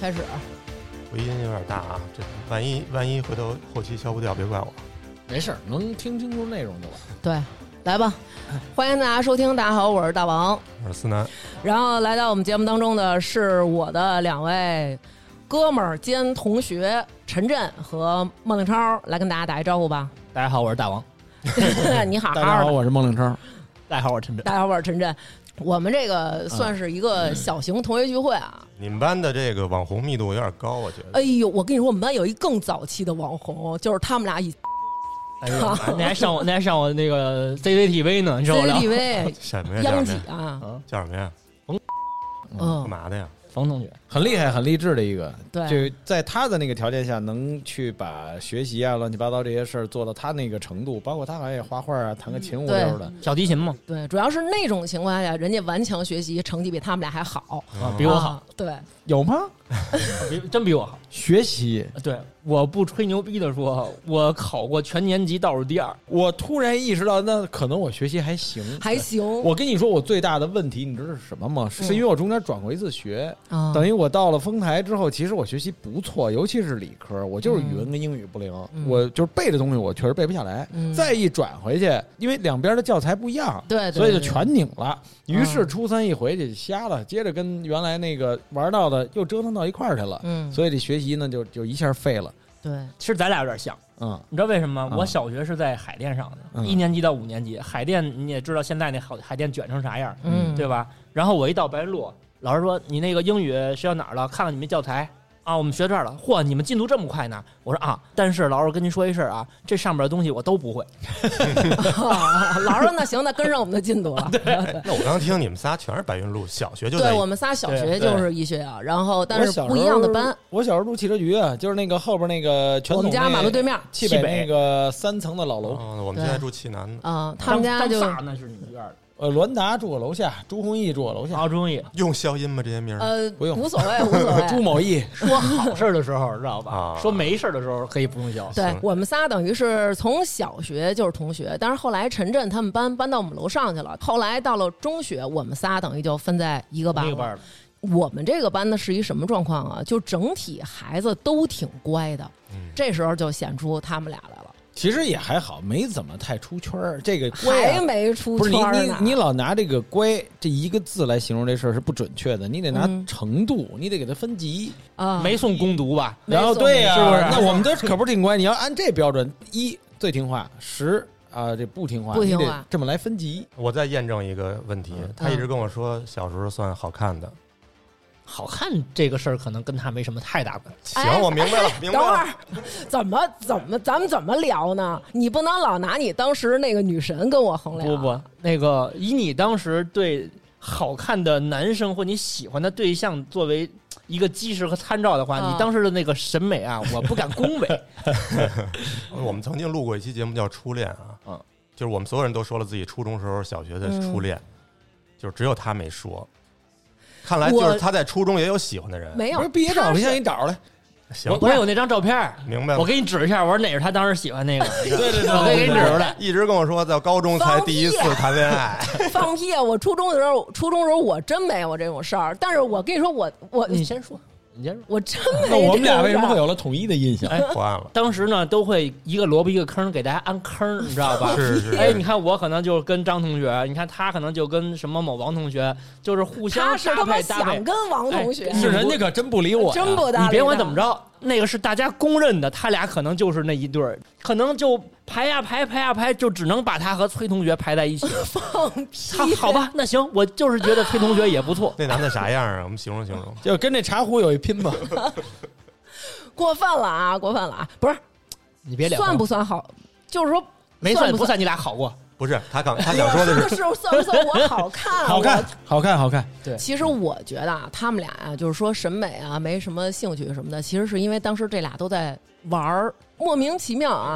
开始。 回音有点大啊，这万一回头后期消不掉，别怪我。 没事，能听清楚内容就完。 对，来吧，欢迎大家收听。大家好，我是大王， 我是思南。 然后来到我们节目当中的是我的两位哥们儿兼同学陈震和孟令超，来跟大家打一招呼吧。 大家好，我是大王。 你好， 大家好，我是孟令超。 大家好，我是陈震。 大家好，我是陈震。我们这个算是一个小型同学聚会啊。 你们班的这个网红密度有点高，我觉得。 哎呦，我跟你说，我们班有一更早期的网红，就是他们俩哎呀，那还上我那个 CCTV 呢，你知道吗 CCTV 什么呀？ 央几啊？ 叫什么呀？干嘛的呀？ 冯同学很厉害、很励志的一个， 对， 就在他的那个条件下，能去把学习啊、乱七八糟这些事儿做到他那个程度，包括他好像也画画啊、弹个琴无溜的， 小提琴嘛。 对，主要是那种情况下，人家顽强学习，成绩比他们俩还好比我好。 对， 有吗？ 真比我好。 学习， 对，我不吹牛逼的说，我考过全年级倒数第2。 我突然意识到，那可能我学习还行， 还行。 我跟你说，我最大的问题，你知道是什么吗？是因为我中间转过一次学，等于我到了丰台之后，其实我学习不错，尤其是理科，我就是语文跟英语不灵，我就是背的东西我确实背不下来。再一转回去，因为两边的教材不一样， 对， 所以就全拧了。于是初三一回去瞎了，接着跟原来那个玩到的又折腾到一块儿去了。所以这学习呢就一下废了。 对， 其实咱俩有点像。你知道为什么吗？我小学是在海淀上的，1年级到5年级。海淀你也知道现在那海淀卷成啥样，对吧？然后我一到白云路，老师说你那个英语学到哪儿了？看看你们教材啊，我们学这儿了。嚯，你们进度这么快呢？我说啊，但是老师跟您说一事啊，这上面的东西我都不会。 老师说那行，那跟上我们的进度了。 对， 那我刚听你们仨全是白云路，小学就在。 对，我们仨小学就是一学校，然后但是不一样的班。 我小时候住汽车局啊，就是那个后边那个全总， 我们家马路对面， 汽北那个3层的老楼。 我们现在住济南的。 他们家就那是你们院的。 栾达住我楼下，朱弘毅住我楼下。 朱弘毅用消音吗？这些名不用， 无所谓，无所谓。 朱某毅说好事的时候知道吧？说没事的时候可以不用消。 对，我们仨等于是从小学就是同学，但是后来陈震他们班搬到我们楼上去了。后来到了中学，我们仨等于就分在一个班了。我们这个班呢是一什么状况啊？就整体孩子都挺乖的，这时候就显出他们俩来了。 其实也还好，没怎么太出圈儿。这个乖还没出圈呢。不是你老拿这个乖这一个字来形容这事儿是不准确的，你得拿程度，你得给它分级啊。 没送攻读吧？ 然后对呀， 是不是？ 那我们这可不是挺乖。你要按这标准，1最听话，10这不听话， 不听话， 你得这么来分级。 我再验证一个问题，他一直跟我说小时候算好看的。 好看这个事儿可能跟他没什么太大关系。 行，我明白了，明白了。 等会儿，咱们怎么聊呢？你不能老拿你当时那个女神跟我衡量。 不，那个以你当时对好看的男生或你喜欢的对象作为一个基石和参照的话，你当时的那个审美啊，我不敢恭维。 我们曾经录过一期节目叫《初恋》啊，就是我们所有人都说了自己初中时候、小学的初恋，就是只有他没说。看来就是他在初中也有喜欢的人， 没有？ 不是毕业照，你向你找来。 行， 我有那张照片， 明白了。 我给你指一下，我说哪是他当时喜欢那个。 对， 我给你指出来。 一直跟我说，在高中才第一次谈恋爱。 放屁！我初中的时候我真没有这种事儿。但是我跟你说，我你先说。 我真没。 那我们俩为什么会有了统一的印象？ 破案了。 当时呢，都会一个萝卜一个坑，给大家安坑，你知道吧？ 是。 哎，你看我可能就跟张同学，你看他可能就跟什么某王同学，就是互相搭配。 想跟王同学， 是人家可真不理我， 真不搭理。 你别管怎么着，那个是大家公认的，他俩可能就是那一对儿，可能就排呀排，就只能把他和崔同学排在一起。 放屁！ 好吧，那行，我就是觉得崔同学也不错。 那男的啥样啊？我们形容形容， 就跟这茶壶有一拼吧。 过分了啊！不是， 你别聊， 算不算好？就是说没算不算，你俩好过。 不是他想说的是算不算我好看？ 好看。 对， 其实我觉得啊，他们俩啊，就是说审美啊，没什么兴趣什么的，其实是因为当时这俩都在玩儿，莫名其妙啊。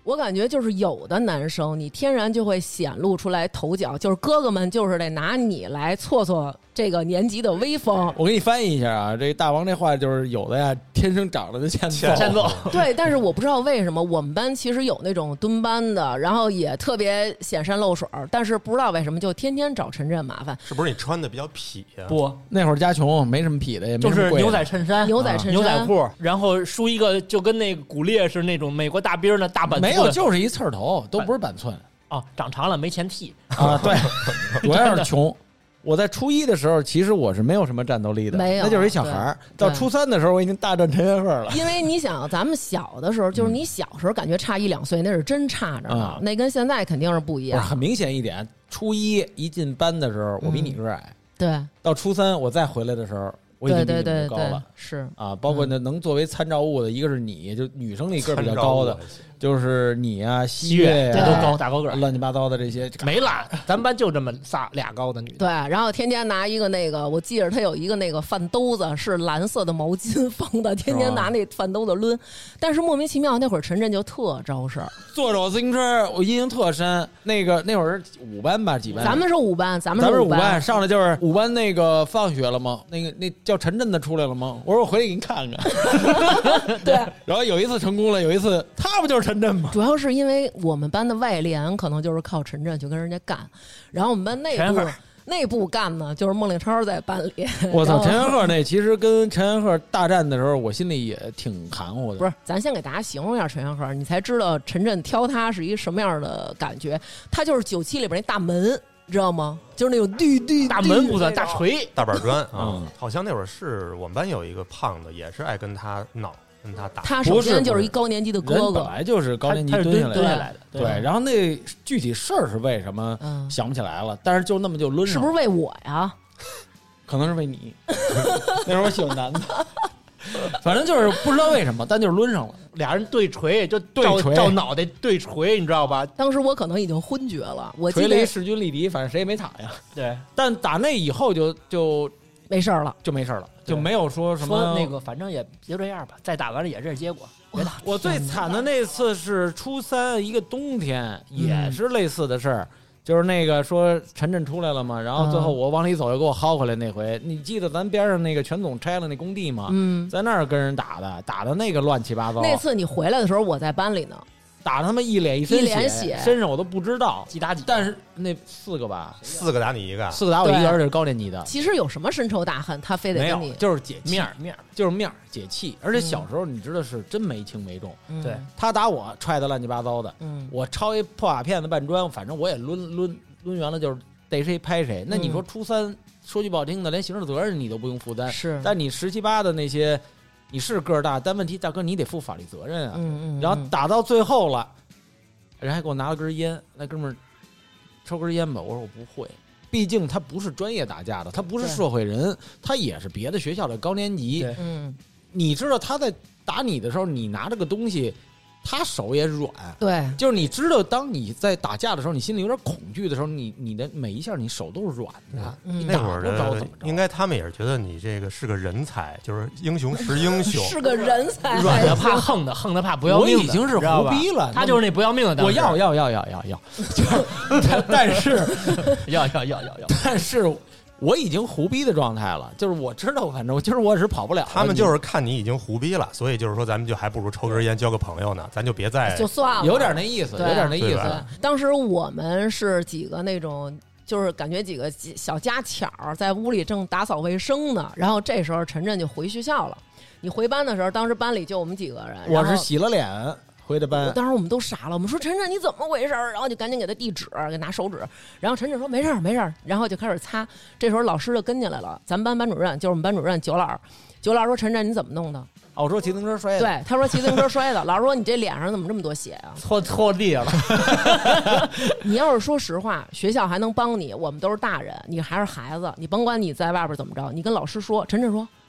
我感觉就是有的男生，你天然就会显露出来头角，就是哥哥们就是得拿你来挫挫这个年级的威风。 我给你翻译一下啊，这大王这话就是有的呀，天生长得就欠揍。 对，但是我不知道为什么我们班其实有那种蹲班的，然后也特别显山露水，但是不知道为什么就天天找陈震麻烦。 是不是你穿的比较痞呀？ 不， 那会儿家穷，没什么痞的，也没就是牛仔衬衫、 牛仔裤，然后梳一个就跟那个骨裂是那种美国大兵的大板寸。 没有，就是一刺头，都不是板寸。 哦，长长了没钱剃啊！对，主要是穷。我在初一的时候，其实我是没有什么战斗力的， 没有， 那就是一小孩儿。到初三的时候，我已经大战陈元鹤了。 因为你想，咱们小的时候，就是你小时候感觉差1-2岁，那是真差着呢，那跟现在肯定是不一样。 很明显一点，初一一进班的时候，我比你个矮。 对， 到初三我再回来的时候，我已经比你们高了。 是啊，包括那能作为参照物的，一个是你，就女生里个儿比较高的。就是你啊，西月呀，都高大高个， 乱七八糟的这些没了。咱班就这么俩高的女的。 对，然后天天拿一个那个，我记着他有一个那个饭兜子是蓝色的毛巾封的，天天拿那饭兜子抡。但是莫名其妙那会儿陈震就特招事儿， 坐着我自行车，我印象特深。那会儿是5班吧，几班？ 咱们是5班，咱们是5班，上来就是5班那个放学了吗？那叫陈震的出来了吗？我说我回来给你看看。 对， 然后有一次成功了，有一次他不就是陈震吗？ 主要是因为我们班的外联可能就是靠陈震去跟人家干，然后我们班内部干呢，就是孟令超在班里。 我操，陈元鹤那其实跟陈元鹤大战的时候，我心里也挺含糊的。 不是，咱先给大家形容一下陈元鹤，你才知道陈震挑他是一个什么样的感觉。他就是97里边那大门。知道吗？就是那种绿大门不算大锤大板砖啊，好像那会儿是我们班有一个胖子，也是爱跟他闹。跟他打， 他首先就是一高年级的哥哥， 本来就是高年级蹲下来的。 对，然后那具体事儿是为什么想不起来了，但是就那么就抡上了。 是不是为我呀？ 可能是为你。那时候我喜欢男的，反正就是不知道为什么，但就是抡上了。 俩人对锤，就照脑袋对锤，你知道吧？ 当时我可能已经昏厥了，我锤了一势均力敌，反正谁也没打呀。 对， 但打那以后就没事了， 就没事了。就没有说什么那个，反正也就这样吧。再打完了也是结果。 我最惨的那次是初3一个冬天，也是类似的事儿，就是那个说陈震出来了嘛，然后最后我往里走又给我薅回来那回，你记得咱边上那个全总拆了那工地吗？在那儿跟人打的那个乱七八糟。 那次你回来的时候，我在班里呢。 打他们一脸血，身上我都不知道几打几， 但是那4个吧 ，4个打你一个 ，4个打我一个，而且是高年级的。 其实有什么深仇大恨，他非得跟你就是解气面，就是面解气。而且小时候你知道是真没轻没重， 对他打我踹的乱七八糟的，我抄一破瓦片子半砖，反正我也抡圆了，就是逮谁拍谁。那你说初3说句不好听的，连刑事责任你都不用负担， 是， 但你17、18的那些。你是个儿大，但问题大哥你得负法律责任啊。然后打到最后了，人还给我拿了根烟，那哥们儿抽根烟吧。我说我不会，毕竟他不是专业打架的，他不是社会人，他也是别的学校的高年级。你知道他在打你的时候，你拿这个东西，他手也软。 对， 就是你知道，当你在打架的时候，你心里有点恐惧的时候，你的每一下你手都是软的。 那会儿的应该他们也是觉得你这个是个人才，就是英雄识英雄， 是个人才， 软的怕横的，横的怕不要命的。 我已经是胡逼了， 他就是那不要命的。 我要，但是要， 但是。我已经胡逼的状态了，就是我知道，反正今儿我是跑不了。 他们就是看你已经胡逼了，所以就是说咱们就还不如抽根烟交个朋友呢，咱就别再就算了， 有点那意思，有点那意思。 当时我们是几个那种，就是感觉几个小家巧在屋里正打扫卫生呢，然后这时候陈震就回学校了。你回班的时候，当时班里就我们几个人， 我是洗了脸。回的班， 当时我们都傻了，我们说陈震你怎么回事？然后就赶紧给他递纸，给拿手纸，然后陈震说没事，然后就开始擦。这时候老师就跟进来了，咱们班班主任就是我们班主任九老说陈震你怎么弄的？ 哦，我说骑自行车摔的。 对，他说骑自行车摔的。老师说你这脸上怎么这么多血啊？ 搓地了。 你要是说实话，学校还能帮你，我们都是大人，你还是孩子，你甭管你在外边怎么着，你跟老师说。陈震说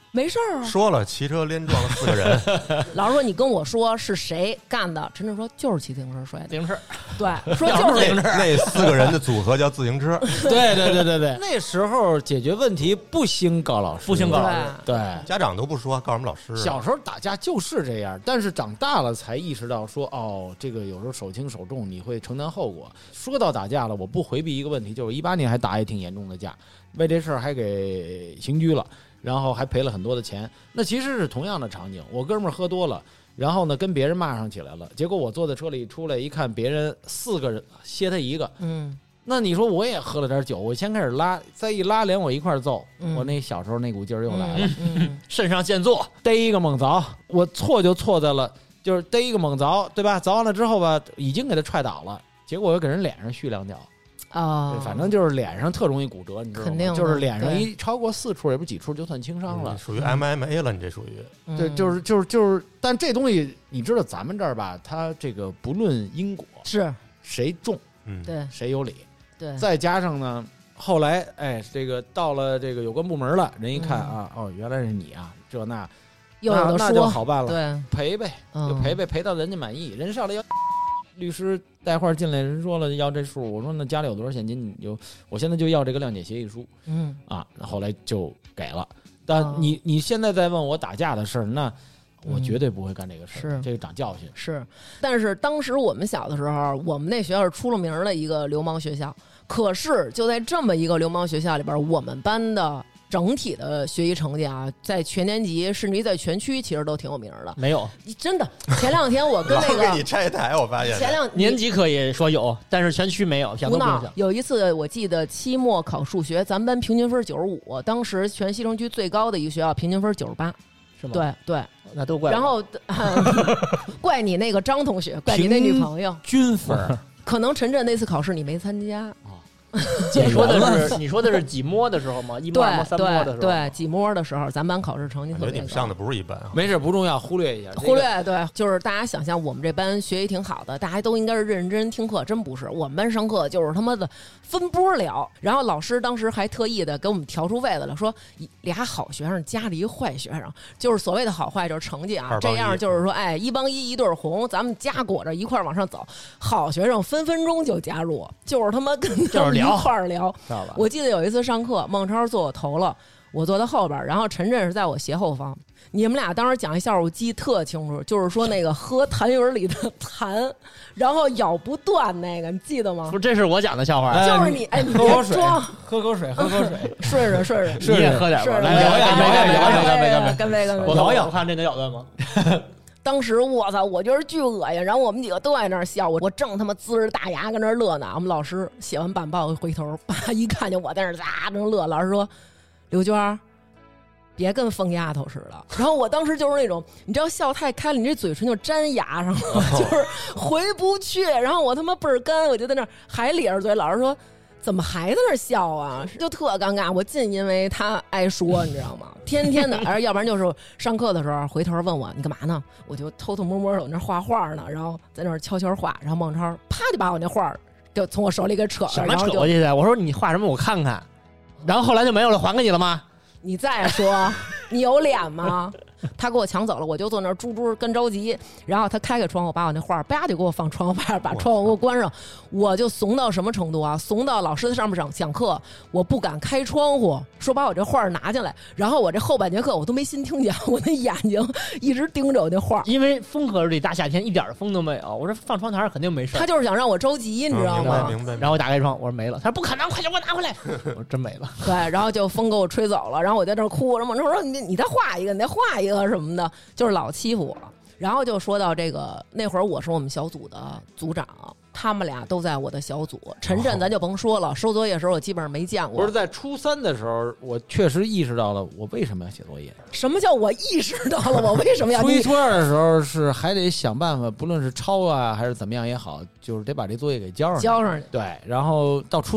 没事儿啊。 说了骑车连撞了4个人。 老师说你跟我说是谁干的，陈震说就是骑自行车摔的。 自行车， 对，说就是那4个人的组合叫自行车。 对，那时候解决问题不兴告老师， 不兴告老师， 对， 家长都不说，告什么老师？ 小时候打架就是这样，但是长大了才意识到说，哦，这个有时候手轻手重，你会承担后果。说到打架了，我不回避一个问题，就是18年还打也挺严重的架，为这事儿还给刑拘了。然后还赔了很多的钱，那其实是同样的场景。我哥们儿喝多了，然后呢跟别人骂上起来了，结果我坐在车里出来一看，别人4个人歇他一个，那你说我也喝了点酒，我先开始拉，再一拉连我一块儿揍，我那小时候那股劲儿又来了， 肾上腺素， 逮一个猛凿，我错就错在了，就是逮一个猛凿，对吧？凿完了之后吧，已经给他踹倒了，结果我又给人脸上续2脚。反正就是脸上特容易骨折，你知道吗？肯定就是脸上一超过4处，也不几处就算轻伤了， 属于 MMA 了。你这属于对，就是，但这东西你知道，咱们这儿吧，它这个不论因果， 是谁重， 对， 谁有理， 对， 再加上呢，后来这个到了这个有关部门了，人一看啊，哦，原来是你啊，这那就好办了， 对， 赔呗，就赔到人家满意，人上来要。律师带话进来，人说了要这数，我说那家里有多少现金？我现在就要这个谅解协议书。后来就给了。但你现在再问我打架的事儿，那我绝对不会干这个事儿，这个长教训。 是，但是当时我们小的时候，我们那学校是出了名的一个流氓学校。可是就在这么一个流氓学校里边，我们班的整体的学习成绩啊，在全年级甚至于在全区其实都挺有名的。 没有， 真的。前2天我跟那个给你拆台，我发现年级可以说有，但是全区没有。 胡闹！有一次我记得期末考数学，咱们班平均分95，当时全西城区最高的一个学校平均分98， 是吗？ 对， 那都怪我。 然后怪你那个张同学，怪你那女朋友。 均分， 可能陈震那次考试你没参加。 你说的是几摸的时候吗？1摸、2摸、3摸的时候？ 对，几摸的时候，咱班考试成绩特别高。 你们上的不是一般啊。 没事，不重要，忽略一下。 对，就是大家想象我们这班学习挺好的，大家都应该是认认真真听课，真不是。我们班上课就是他妈的分波聊，然后老师当时还特意的给我们调出位子了，说俩好学生加了一个坏学生，就是所谓的好坏就是成绩啊，这样就是说，1帮1一对红，咱们夹裹着一块往上走。好学生分分钟就加入，就是他妈跟他们一块儿聊。我记得有一次上课，孟超坐我头了，我坐在后边，然后陈震是在我斜后方。你们俩当时讲一笑话，我记得特清楚，就是说那个喝痰盂里的痰，然后咬不断那个，你记得吗？ 不，这是我讲的笑话， 就是你你别装， 喝口水， 顺着， 你也喝点吧， 来，干杯！ 我看这能咬断吗？ 当时我操，我觉得巨恶心，然后我们几个都在那儿笑，我正他妈呲着大牙跟那儿乐呢。我们老师写完板报回头，叭一看见我在那儿咋正乐，老师说：“刘娟，别跟疯丫头似的。”然后我当时就是那种，你知道笑太开了，你这嘴唇就粘牙上了，就是回不去。然后我他妈倍儿干，我就在那儿还咧着嘴，老师说。怎么还在那笑啊？就特尴尬。我尽因为他爱说，你知道吗？天天的，要不然就是上课的时候回头问我你干嘛呢？我就偷偷摸摸的我那画画呢，然后在那悄悄画。然后孟超啪就把我那画就从我手里给扯了，然后扯过去的。我说你画什么？我看看。然后后来就没有了，还给你了吗？ 你再说，你有脸吗？他给我抢走了，我就坐那儿猪跟着急。然后他开窗户，把我那画叭就给我放窗户外，把窗户给我关上。我就怂到什么程度啊？怂到老师在上面讲课，我不敢开窗户，说把我这画拿进来。然后我这后半节课我都没心听讲，我那眼睛一直盯着我那画。 因为风和日丽，大夏天一点风都没有。我说放窗台肯定没事。 他就是想让我着急，你知道吗？ 明白。 然后我打开窗，我说没了。他说不可能，快点给我拿回来。我说真没了。 对，然后就风给我吹走了。然后我在那儿哭，然后我说你再画一个，你再画一个什么的。就是老欺负我，然后就说到这个，那会儿我是我们小组的组长，他们俩都在我的小组。陈震咱就甭说了，收作业的时候我基本上没见过。 不是在初3的时候，我确实意识到了我为什么要写作业。 什么叫我意识到了我为什么要？ 初1、初2的时候是还得想办法，不论是抄啊还是怎么样也好，就是得把这作业给交上。 交上。 对，然后到初3我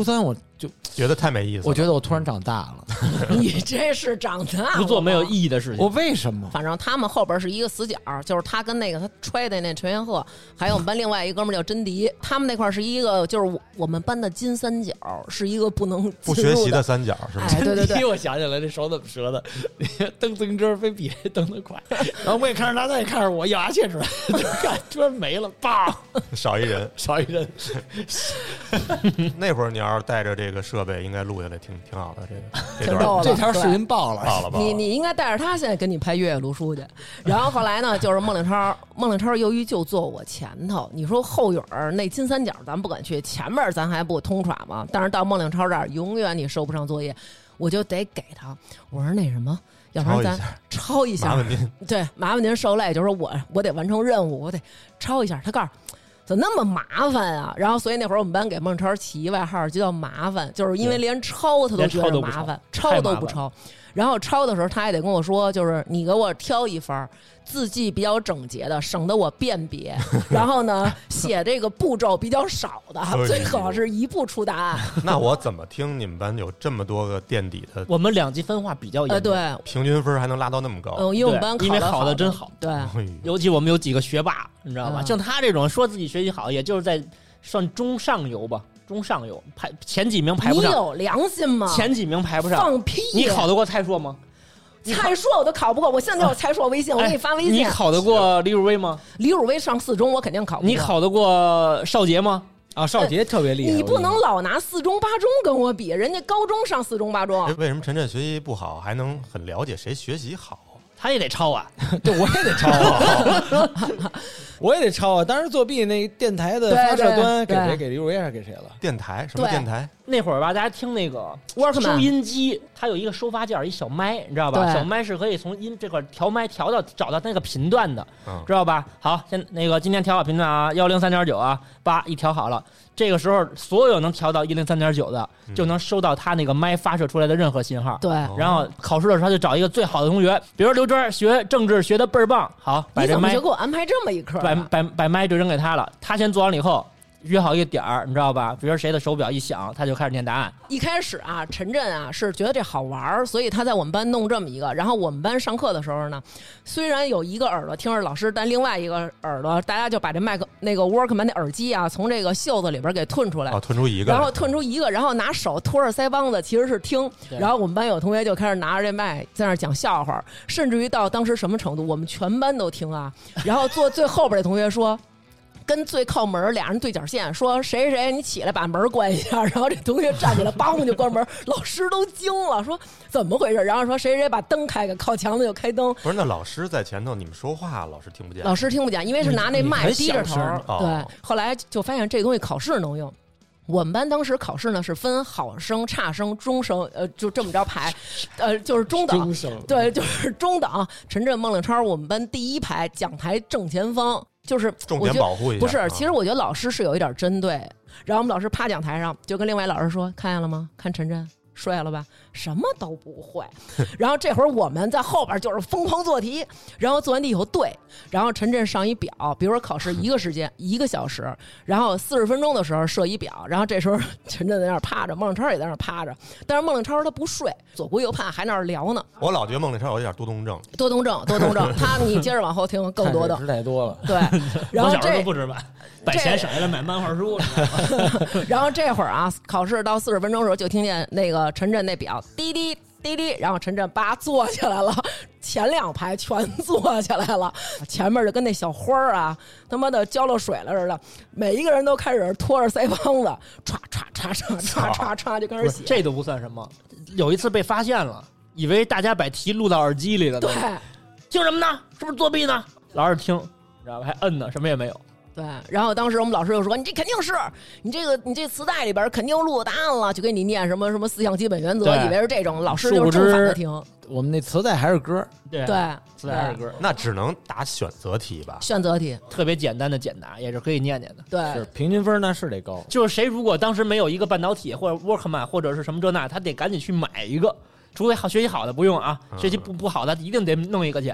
就觉得太没意思了。 我觉得我突然长大了。 你这是长大不做没有意义的事情。 我为什么？ 反正他们后边是一个死角，就是他跟那个他揣的那陈元鹤，还有我们班另外一哥们叫甄迪，他们那块是一个就是我们班的金三角，是一个不能不学习的三角，是吗？ 哎，对对对， 我想起来这手怎么折的，蹬自行车非比谁蹬得快，然后我也看着他，他也看着我，咬牙切齿，就看突然没了，砰， 少一人， 少一人。 那会儿你要是带着这个设备，应该录下来挺好的。这条视频爆了， 你应该带着他现在跟你拍《月月卢书》去。然后后来呢，就是孟令超由于就坐我前头，你说后影儿那金三角咱不敢去，前面咱还不通耍吗？但是到孟令超这儿，永远你收不上作业，我就得给他。我说那什么，要不然咱抄一下， 麻烦您， 对，麻烦您受累，就是我得完成任务，我得抄一下。他告诉怎么那么麻烦啊？然后所以那会儿我们班给孟超起一外号就叫麻烦，就是因为连抄他都觉得麻烦，抄都不抄。然后抄的时候他还得跟我说，就是你给我挑一番字迹比较整洁的，省得我辨别。然后呢，写这个步骤比较少的，最好是一步出答案。 那我怎么听你们班有这么多个垫底的？ 我们2级分化比较严， 对， 平均分还能拉到那么高。 因为我们班因为考的真好， 对， 尤其我们有几个学霸，你知道吧？像他这种说自己学习好，也就是在算中上游吧。中上游前几名排不上， 你有良心吗？ 前几名排不上， 放屁！ 你考得过蔡硕吗？ 蔡硕我都考不过，我现在有蔡硕微信，我给你发微信。 你考得过李汝威吗？ 李汝威上4中，我肯定考不过。 你考得过邵杰吗？ 啊，邵杰特别厉害。 你不能老拿4中8中跟我比，人家高中上4中8中。 为什么陈震学习不好，还能很了解谁学习好？ 他也得抄啊， 对，我也得抄啊，我也得抄啊。当时作弊那电台的发射端给谁？给李汝威还是给谁了？ 电台什么电台？ 那会儿吧，大家听那个收音机，它有一个收发件，一小麦，你知道吧？小麦是可以从音这块调麦调到找到那个频段的，知道吧？好，那个今天调好频段啊，103.9啊，一调好了。这个时候，所有能调到103.9的，就能收到他那个麦发射出来的任何信号。 对， 然后考试的时候，他就找一个最好的同学，比如刘娟学政治学的倍儿棒，好，把这麦你怎么就给我安排这么一科？ 把麦就扔给他了，他先做完了以后。约好一个点儿，你知道吧？比如谁的手表一响，他就开始念答案。 一开始啊，陈震啊是觉得这好玩，所以他在我们班弄这么一个。然后我们班上课的时候呢，虽然有一个耳朵听着老师，但另外一个耳朵，大家就把这那个 Walkman 那耳机啊，从这个袖子里边给吞出来， 吞出一个， 然后吞出一个，然后拿手托着腮帮子，其实是听。然后我们班有同学就开始拿着这麦在那讲笑话，甚至于到当时什么程度，我们全班都听啊。然后坐最后边的同学说。跟最靠门俩人对角线，说谁谁你起来把门关一下，然后这同学站起来梆就关门，老师都惊了，说怎么回事？然后说谁谁把灯开开，靠墙的就开灯。 不是，那老师在前头，你们说话老师听不见。 老师听不见，因为是拿那麦低着头。对，后来就发现这东西考试能用。我们班当时考试呢是分好生、差生、中生，就这么着排，就是中等，对，就是中等。陈震、孟令超，我们班第一排讲台正前方。就是重点保护一下， 不是，其实我觉得老师是有一点针对。然后我们老师趴讲台上，就跟另外老师说：“看见了吗？看陈震睡了吧？什么都不会。”然后这会儿我们在后边就是疯狂做题，然后做完题以后对，然后陈震上一表，比如说考试1个时间1个小时，然后40分钟的时候设一表，然后这时候陈震在那儿趴着，孟令超也在那儿趴着，但是孟令超他不睡，左顾右盼还在那儿聊呢。 我老觉得孟令超有点多动症， 他你接着往后听更多的， 知太多了。 对，然后我小时候都不值班，把钱省下来买漫画书了。 然后这会儿啊，考试到40分钟的时候，就听见那个陈震那表滴滴滴滴，然后陈震坐起来了，前2排全坐起来了，前面就跟那小花啊，他妈的浇了水了似的，每一个人都开始拖着腮帮子，歘就开始写。 这都不算什么，有一次被发现了，以为大家把题录到耳机里了， 对， 听什么呢？是不是作弊呢？老师听，你知道吧？还摁呢，什么也没有。 对，然后当时我们老师就说：“你这肯定是你这磁带里边肯定录答案了，就给你念什么4项基本原则，以为是这种。”老师就正反的听。 我们那磁带还是歌， 对， 磁带还是歌， 那只能答选择题吧？ 选择题特别简单的简答也是可以念念的。 对， 是平均分那是得高。 就是谁如果当时没有一个半导体或者 Walkman 或者是什么这那，他得赶紧去买一个。除非学习好的不用啊，学习不好的一定得弄一个去。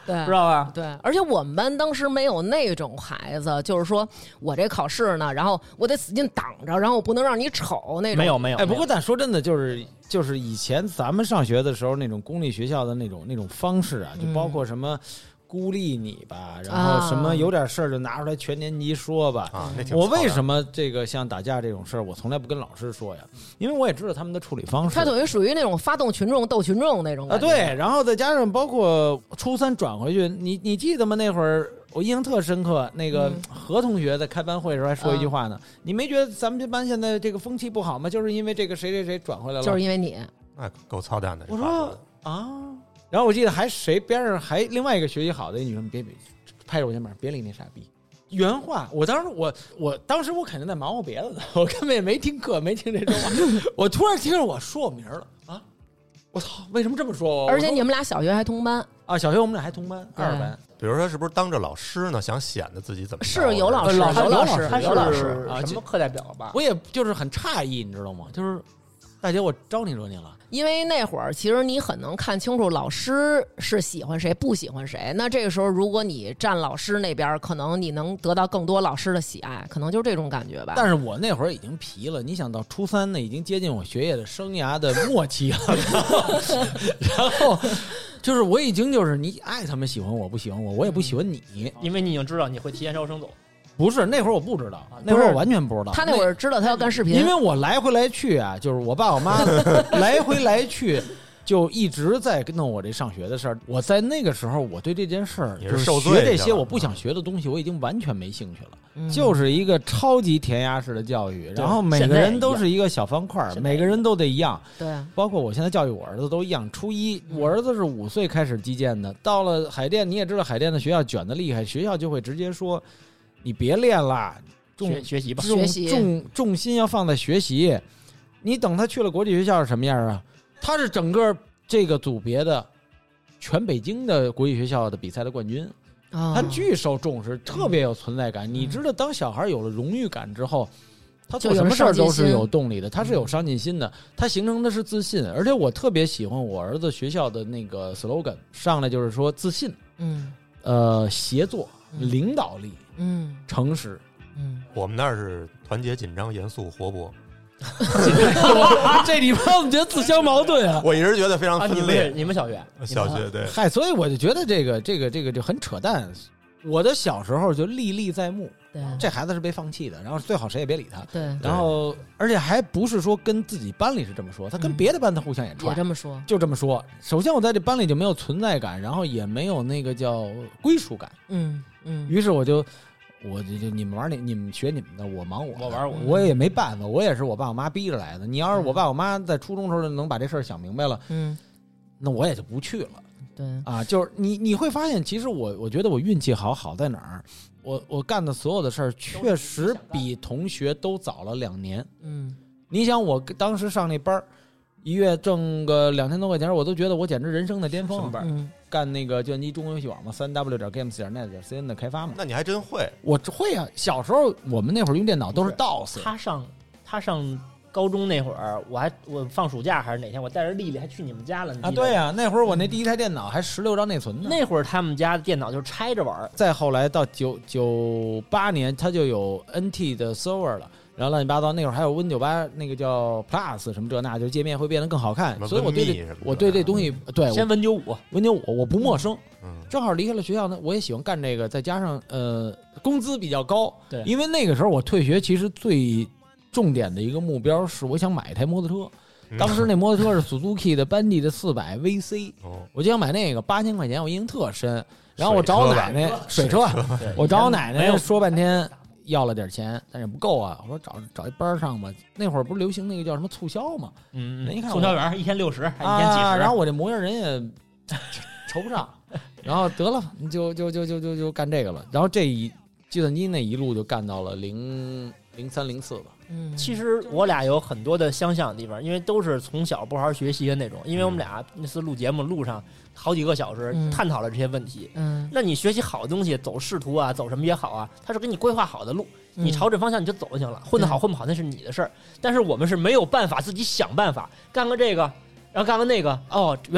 对， 知道吧？ 对，而且我们班当时没有那种孩子，就是说我这考试呢，然后我得使劲挡着，然后我不能让你瞅那种。 没有。 哎，不过咱说真的，就是以前咱们上学的时候那种公立学校的那种方式啊，就包括什么。孤立你吧，然后什么有点事儿就拿出来全年级说吧。我为什么这个像打架这种事儿，我从来不跟老师说呀？因为我也知道他们的处理方式。 他等于属于那种发动群众斗群众那种感觉。 对，然后再加上包括初三转回去，你记得吗？那会儿我印象特深刻，那个何同学在开班会的时候还说一句话呢：你没觉得咱们这班现在这个风气不好吗？就是因为这个谁谁谁转回来了， 就是因为你。 那够操蛋的。 我说啊。然后我记得还谁边上还另外一个学习好的女生，别拍着我肩膀，别理那傻逼。原话，我当时我肯定在忙活别的呢，我根本也没听课，没听这种话。我突然听着我说我名了啊！我操，为什么这么说？ 而且你们俩小学还同班啊？小学我们俩还同班，2班。 比如说，是不是当着老师呢，想显得自己怎么是有老师， 他是老师啊，什么课代表吧？ 我也就是很诧异，你知道吗？就是大姐，我招你惹你了。 因为那会儿其实你很能看清楚老师是喜欢谁不喜欢谁，那这个时候如果你站老师那边，可能你能得到更多老师的喜爱，可能就是这种感觉吧。 但是我那会儿已经皮了，你想到初三那已经接近我学业的生涯的末期了，然后就是我已经就是你爱他们喜欢我不喜欢我，我也不喜欢你， 因为你已经知道你会提前招生走。 不是那会儿我不知道，那会儿我完全不知道。 他那会儿知道他要干视频， 因为我来回来去啊，就是我爸我妈来回来去，就一直在弄我这上学的事儿。我在那个时候，我对这件事儿就是学这些我不想学的东西，我已经完全没兴趣了。就是一个超级填鸭式的教育，然后每个人都是一个小方块，每个人都得一样。 对， 包括我现在教育我儿子都一样。初一，我儿子是5岁开始击剑的，到了海淀，你也知道海淀的学校卷得厉害，学校就会直接说。你别练了， 学习吧， 重心要放在学习。你等他去了国际学校是什么样啊？他是整个这个组别的全北京的国际学校的比赛的冠军，他巨受重视，特别有存在感。你知道，当小孩有了荣誉感之后，他做什么事儿都是有动力的，他是有上进心的，他形成的是自信。而且我特别喜欢我儿子学校的那个 slogan， 上来就是说自信，协作。领导力，诚实， 我们那儿是团结、紧张、严肃、活泼。 这地方我们觉得自相矛盾啊！ 我一直觉得非常分裂。 你们小学对， 嗨，所以我就觉得这个就很扯淡。我的小时候就历历在目， 对， 这孩子是被放弃的，然后最好谁也别理他。 对， 然后而且还不是说跟自己班里是这么说，他跟别的班他互相也传， 也这么说， 就这么说。首先我在这班里就没有存在感，然后也没有那个叫归属感。于是我就你们玩你们学你们的，我忙我玩我也没办法，我也是我爸我妈逼着来的。你要是我爸我妈在初中时候能把这事儿想明白了，那我也就不去了。 对啊，就是你会发现，其实我觉得我运气好在哪儿？我干的所有的事儿确实比同学都早了2年。你想我当时上那班1月挣个2000多块钱，我都觉得我简直人生的巅峰。干那个计算机中国游戏网嘛，3w.games.net.cn 的开发嘛。 那你还真会？ 我会啊！小时候我们那会儿用电脑都是 DOS。 他上高中那会儿，我放暑假还是哪天，我带着丽丽还去你们家了啊！ 对呀，那会儿我那第一台电脑还16兆内存呢。 那会儿他们家的电脑就拆着玩。 再后来到98年，它就有 NT 的 server 了。然后乱七八糟，那会儿还有 Win98那个叫 Plus 什么这那，就界面会变得更好看。所以我对这东西，对， 先 Win95我不陌生。正好离开了学校呢，我也喜欢干这个，再加上工资比较高。 对， 因为那个时候我退学，其实最重点的一个目标是我想买一台摩托车。当时那摩托车是 Suzuki 的班迪的400 VC，我就想买那个8000块钱，我印象特深。然后我找我奶奶水车，我找我奶奶说半天。要了点钱，但是不够啊！我说找一班上吧。那会儿不是流行那个叫什么促销吗？人一看促销员1天60，还1天几十。 然后我这模样人也瞅不上，然后得了，就干这个了。然后这计算机那一路就干到了03、04吧。 其实我俩有很多的相像的地方，因为都是从小不好好学习的那种。因为我们俩那次录节目路上好几个小时探讨了这些问题。那你学习好的东西，走仕途啊，走什么也好啊，他是给你规划好的路，你朝这方向你就走就行了。混得好混不好那是你的事儿。但是我们是没有办法自己想办法干个这个，然后干个那个。哦，原来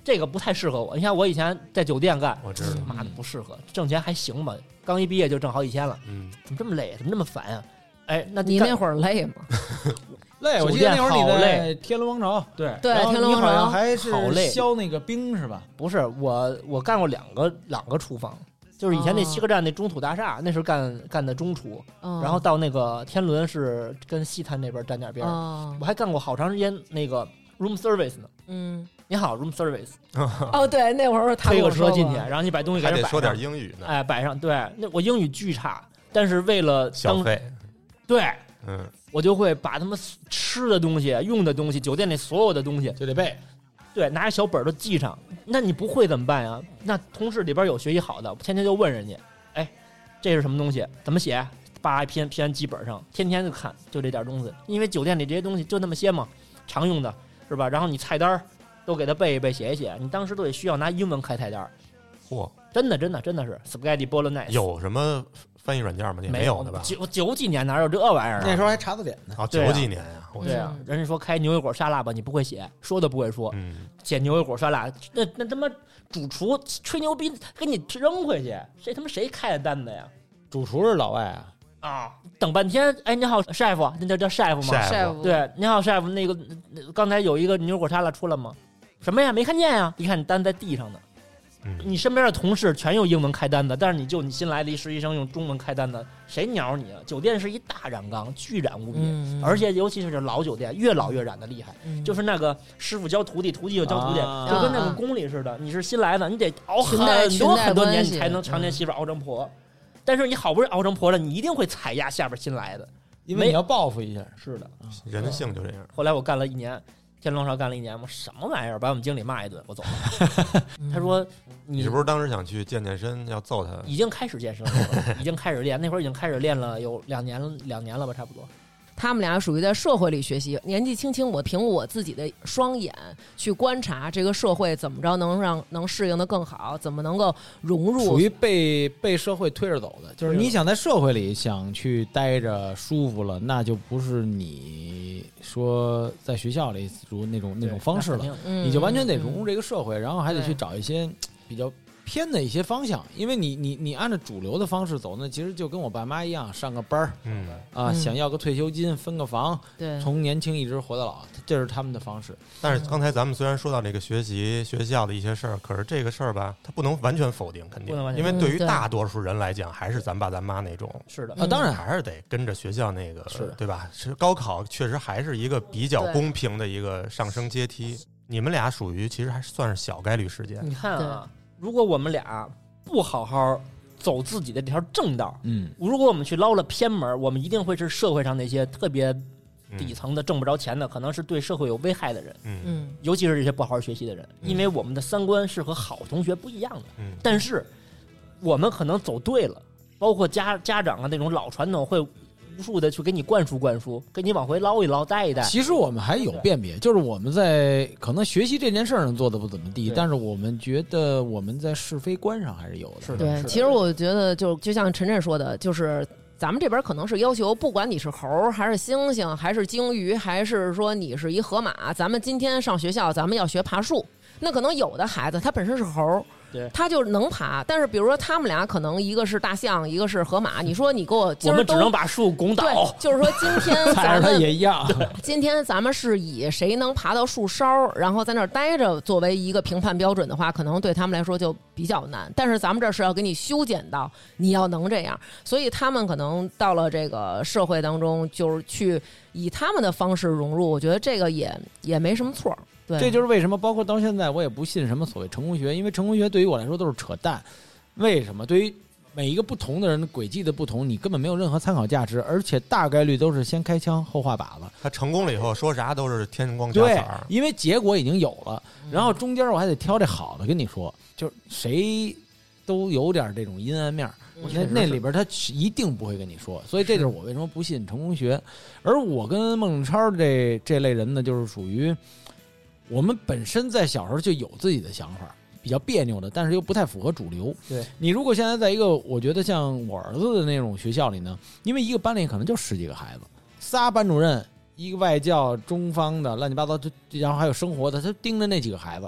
这个不太适合我。你看我以前在酒店干， 我知道， 妈的不适合，挣钱还行吧，刚一毕业就挣好几千了，怎么这么累，怎么这么烦啊？哎，那你那会儿累吗？ 累，我记得那会儿你在天伦王朝， 对，天伦王朝还是削那个冰是吧？ 不是，我干过两个厨房，就是以前那西客站那中土大厦，那是干的中厨，然后到那个天伦是跟西滩那边沾点边我还干过好长时间那个 room service 呢。你好 room service。 对，那会儿推个车进去，然后你把东西给人摆上， 还得说点英语呢。 哎，摆上，对，那我英语巨差，但是为了小费， 对，我就会把他们吃的东西、用的东西、酒店里所有的东西就得背， 对，拿着小本都记上。那你不会怎么办呀？那同事里边有学习好的，天天就问人家，哎，这是什么东西？怎么写？扒一篇记本上，天天就看，就这点东西。因为酒店里这些东西就那么些嘛，常用的是吧？然后你菜单都给他背一背、写一写，你当时都得需要拿英文开菜单。 嚯， 真的是 spaghetti bolognese。 有什么翻译软件吗？没有的吧 ？90几年哪有这玩意儿？ 那时候还查字典呢。 啊，90几年呀！ 对啊，人家说开牛油果沙拉吧，你不会写，说都不会说，写牛油果沙拉，那他妈主厨吹牛逼给你扔回去，谁开的单子呀？ 主厨是老外啊，等半天，哎，你好，chef，那叫 chef 吗 ？chef， 对，你好，chef，那个刚才有一个牛油果沙拉出来吗？什么呀？没看见呀？一看你单在地上呢。你身边的同事全用英文开单的，但是你新来的一实习生用中文开单的，谁鸟你啊？酒店是一大染缸，巨染无比，而且尤其是这老酒店，越老越染的厉害。就是那个师傅教徒弟，徒弟又教徒弟，就跟那个宫里似的。你是新来的，你得熬很多年，你才能常年媳妇熬成婆。但是你好不容易熬成婆了，你一定会踩压下边新来的， 因为你要报复一下。 是的， 人性就这样。 后来我干了1年。天龙朝干了1年吗？什么玩意儿！把我们经理骂一顿，我走了。他说：“ 你是不是当时想去健身，要揍他？” 已经开始健身了，已经开始练。那会儿已经开始练了有2年了吧，差不多。 他们俩属于在社会里学习，年纪轻轻，我凭我自己的双眼去观察这个社会怎么着能适应的更好，怎么能够融入， 属于被社会推着走的。就是你想在社会里想去待着舒服了，那就不是你说在学校里如那种方式了，你就完全得融入这个社会，然后还得去找一些比较偏的一些方向，因为你按照主流的方式走，那其实就跟我爸妈一样，上个班想要个退休金，分个房， 对， 从年轻一直活到老，这是他们的方式。 但是刚才咱们虽然说到这个学校的一些事儿，可是这个事儿吧，它不能完全否定，肯定，因为对于大多数人来讲，还是咱爸咱妈那种， 是的， 当然还是得跟着学校那个，对吧？是高考确实还是一个比较公平的一个上升阶梯。你们俩属于其实还算是小概率事件。 你看啊。如果我们俩不好好走自己的这条正道，如果我们去捞了偏门，我们一定会是社会上那些特别底层的挣不着钱的，可能是对社会有危害的人，尤其是这些不好好学习的人，因为我们的三观是和好同学不一样的，但是我们可能走对了，包括家长啊那种老传统会无数的去给你灌输，给你往回捞一捞，带一带。 其实我们还有辨别，就是我们在可能学习这件事上做的不怎么地，但是我们觉得我们在是非观上还是有的。 是的， 对。其实我觉得就像陈震说的，就是咱们这边可能是要求，不管你是猴还是猩猩还是鲸鱼，还是说你是一河马，咱们今天上学校咱们要学爬树，那可能有的孩子他本身是猴。 对， 他就能爬，但是比如说他们俩可能一个是大象，一个是河马，你说你给我们只能把树拱倒。 对，就是说今天咱们也一样。 今天咱们是以谁能爬到树梢，然后在那儿待着作为一个评判标准的话，可能对他们来说就比较难。但是咱们这是要给你修剪到你要能这样，所以他们可能到了这个社会当中，就是去以他们的方式融入。我觉得这个也没什么错。对， 这就是为什么包括到现在我也不信什么所谓成功学，因为成功学对于我来说都是扯淡。为什么？对于每一个不同的人的轨迹的不同，你根本没有任何参考价值，而且大概率都是先开枪后画靶子。 他成功了以后说啥都是天光加色儿， 因为结果已经有了，然后中间我还得挑这好的跟你说，就是谁都有点这种阴暗面，那里边他一定不会跟你说，所以这就是我为什么不信成功学。而我跟孟超这类人呢，就是属于我们本身在小时候就有自己的想法，比较别扭的，但是又不太符合主流。 对， 你如果现在在一个我觉得像我儿子的那种学校里呢，因为一个班里可能就10几个孩子，3班主任，一个外教、中方的乱七八糟，然后还有生活的，他盯着那几个孩子，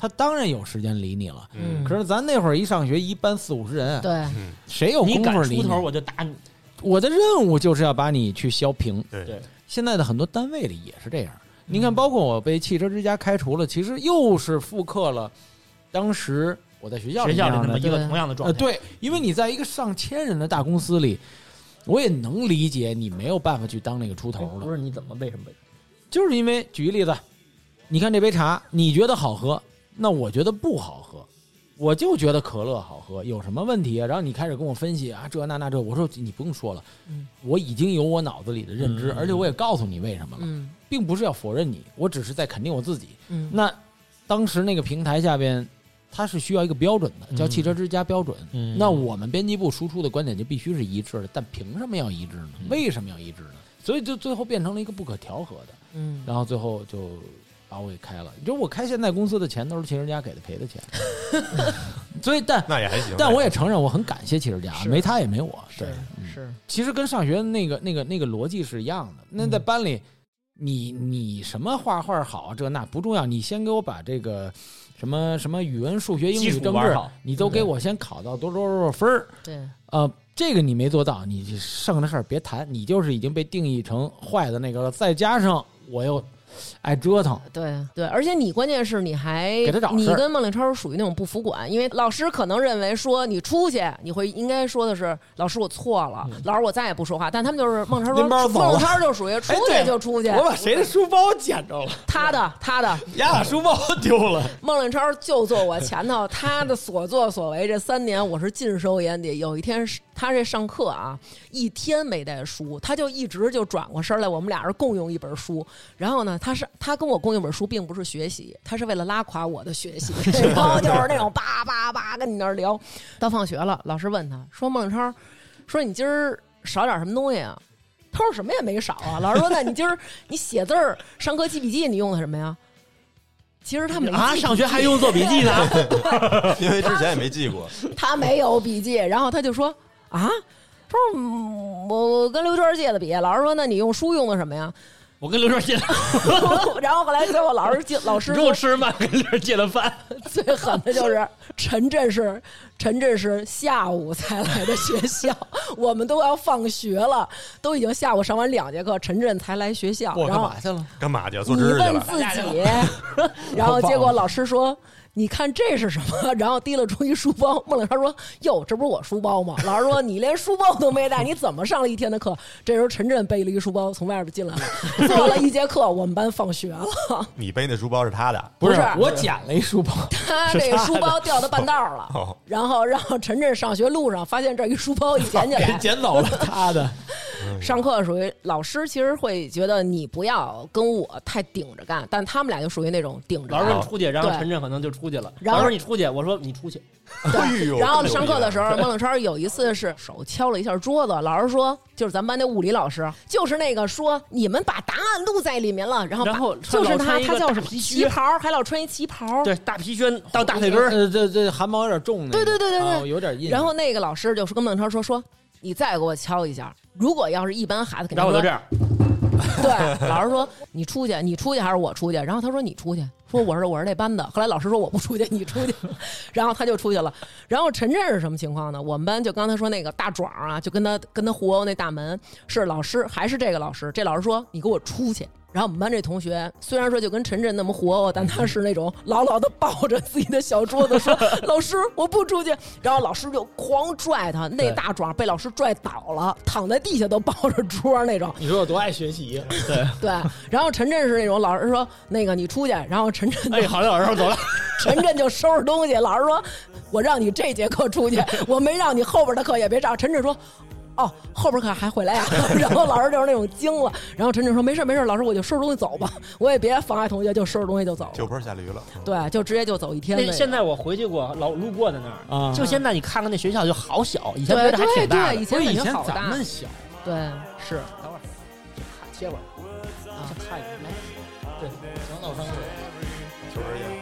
他当然有时间理你了。可是咱那会儿一上学，一班40-50人， 对， 谁有功夫理你？出头我就打你。 我的任务就是要把你去削平。 对， 现在的很多单位里也是这样。你看，包括我被汽车之家开除了，其实又是复刻了当时我在学校里那么一个同样的状态。 对，因为你在一个上千人的大公司里，我也能理解你没有办法去当那个出头了。 不是你为什么？ 就是因为举个例子，你看这杯茶，你觉得好喝，那我觉得不好喝，我就觉得可乐好喝，有什么问题啊？然后你开始跟我分析啊，这那这，我说你不用说了，我已经有我脑子里的认知，而且我也告诉你为什么了，并不是要否认你，我只是在肯定我自己。那当时那个平台下边，它是需要一个标准的，叫汽车之家标准。那我们编辑部输出的观点就必须是一致的，但凭什么要一致呢？为什么要一致呢？所以就最后变成了一个不可调和的。然后最后就把我给开了。你说我开现在公司的钱都是汽车家给的赔的钱，所以那也还行。 但我也承认我很感谢汽车家，没他也没我。对， 是。 其实跟上学那个逻辑是一样的。那在班里，你什么画画好这那不重要，你先给我把这个什么语文、数学、英语、政治，你都给我先考到多少分儿。 对， 这个你没做到，你剩的事儿别谈，你就是已经被定义成坏的那个了。再加上我又爱折腾， 对，而且你关键是你还给他找事， 你跟孟令超属于那种不服管，因为老师可能认为说你出去，你会应该说的是老师我错了，老师我再也不说话，但他们就是孟令超说，孟令超就属于出去就出去。 我把谁的书包捡着了？ 他的， 呀，把书包丢了。 孟令超就坐我前头，他的所作所为这3年我是尽收眼底。有一天他这上课啊，一天没带书，他就一直就转过身来，我们俩人共用一本书。然后呢，他跟我共用一本书，并不是学习，他是为了拉垮我的学习。然后就是那种叭叭叭跟你那儿聊。到放学了，老师问他说：“孟令超，说你今儿少点什么东西啊？”他说：“什么也没少啊。”老师说：“那你今儿你写字儿，上课记笔记，你用的什么呀？”其实他没上学还用做笔记呢， 因为之前也没记过。 他没有笔记，然后他就说说我跟刘娟借的笔。老师说那你用书用的什么呀？ 我跟刘娟借的。 然后后来最后老师肉吃饭跟刘娟借了饭。 最狠的就是陈震是下午才来的学校，我们都要放学了，都已经下午上完2节课，陈震才来学校。 我干嘛去了？ 干嘛去？做知识去了。 你问自己。然后结果老师说：“你看这是什么？”然后提了出一书包。孟令超说：“哟，这不是我书包吗？”老师说：“你连书包都没带，你怎么上了一天的课？”这时候陈震背了一书包从外边进来了，坐了1节课，我们班放学了。 你背那书包是他的？ 不是，我捡了一书包， 他这个书包掉到半道了。然后陈震上学路上发现这一书包一捡起来， 捡走了他的。 上课属于老师其实会觉得你不要跟我太顶着干，但他们俩就属于那种顶着干。 老师说你出去，然后陈震可能就出去了。老师说你出去，我说你出去。 对，然后上课的时候，孟令超有一次是手敲了一下桌子，老师说就是咱们班那物理老师，就是那个说你们把答案录在里面了，然后就是他叫什么旗袍，还老穿一旗袍， 对，大皮靴到大腿根， 这汗毛有点重， 对， 有点硬。 然后那个老师就说跟孟令超说你再给我敲一下，如果要是一般孩子肯定然后我就这样。 对，老师说你出去还是我出去？然后他说你出去，说我是那班的。后来老师说我不出去，你出去，然后他就出去了。然后陈震是什么情况呢？我们班就刚才说那个大壮啊，就跟他互殴那大门，是老师还是这个老师？这老师说你给我出去。然后我们班这同学虽然说就跟陈震那么活哦，但他是那种牢牢的抱着自己的小桌子说老师我不出去。然后老师就狂拽他，那大壮被老师拽倒了，躺在地下都抱着桌那种。 你说我多爱学习。 对。然后陈震是那种老师说那个你出去，然后陈震好的，老师我走了。 陈震就收拾东西，老师说我让你这节课出去，我没让你后边的课也别上。陈震说后边课还回来呀？然后老师就是那种惊了。然后陈震说没事，老师我就收拾东西走吧，我也别妨碍同学，就收拾东西就走了。 就坡下驴了。 对，就直接就走一天。 现在我回去过，老路过的那儿就现在你看看那学校就好小，以前觉得还挺大的。 对，以前好大， 咱们小。 对，是。 等会儿，贴会儿先看一下来。对，行，那我上去。 球儿也。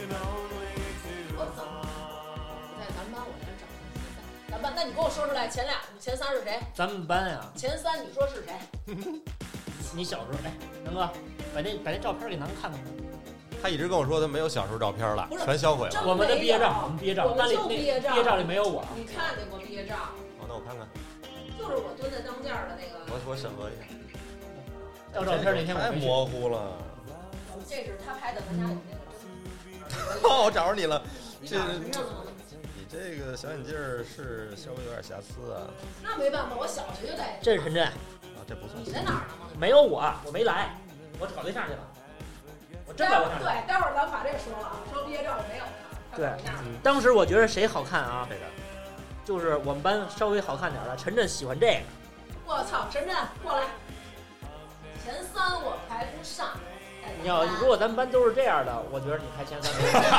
那你给我说出来，前3是谁？ 咱们班呀。 前3你说是谁？ 你小时候，南哥，把那照片给咱们看看。 他一直跟我说他没有小时候照片了，全销毁了。 我们的毕业照，我们毕业照，班里毕业照里没有我。 你看见过毕业照？ 哦，那我看看。 就是我蹲在当间的那个。 我审核一下。 照片那天太模糊了。 这是他拍的，咱家有那个真。 哦，我找着你了。 你这个小眼镜是稍微有点瑕疵啊。 那没办法，我小学就戴。 这是陈震。 这不算。 你在哪儿呢？ 没有我没来，我找对象去了。我真找对象。 对，待会儿咱们把这个说了，说毕业照没有他。 对，当时我觉得谁好看啊？这个，就是我们班稍微好看点的，陈震喜欢这个。 我操，陈震过来，前3我排不上。 你要如果咱们班都是这样的，我觉得你排前3。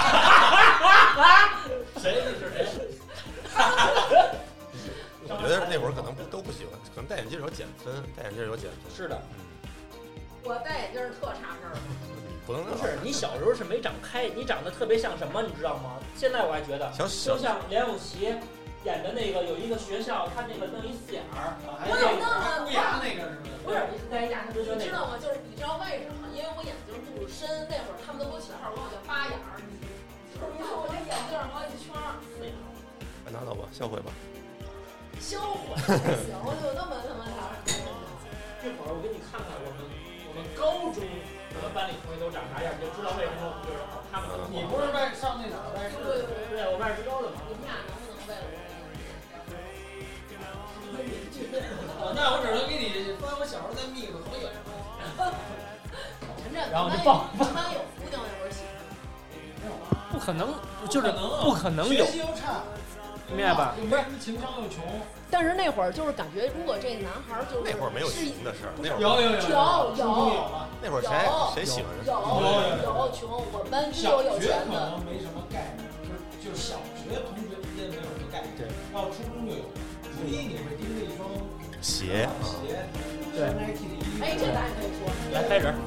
谁是谁？ 我觉得那会儿可能都不喜欢，可能戴眼镜有减分，戴眼镜有减分。 是的， 我戴眼镜特差事儿。 不是你小时候是没长开，你长得特别像什么，你知道吗？现在我还觉得，就像梁咏琪演的那个有一个学校，他那个弄一4眼儿， 我有弄啊， 不牙那个是吗？ 不是，戴牙，你知道吗？就是你知道为什么？因为我眼睛度数深，那会儿他们都给我起号，管我叫8眼儿。就是你看我这眼镜好几圈，4眼儿。 快拿走吧，销毁吧。 销毁还行，我就那么他妈长。 这会儿我给你看看我们高中。我们班里同学都长啥样，你就知道为什么我们就是好。他们你不是上那哪儿外事？ 对，我外事高的嘛。 你们俩能不能为了我？那我只能给你翻我小时候在密的合影。 陈震， 然后就报。 你们班有姑娘那会儿喜欢吗？不可能，就是不可能有。 学习又差， 明白吧？ 不是情商又穷。 但是那会儿就是感觉，如果这个男孩就是那会儿没有穷的事儿，那会儿有， 那会儿谁喜欢人？ 有穷，我们班只有有钱的。 可能没什么概念，就是小学同学之间没有什么概念，对，到初中就有。初一你会盯着一双鞋， 对 ，Nike 的衣服。 哎，这咱也可以说。 来开始。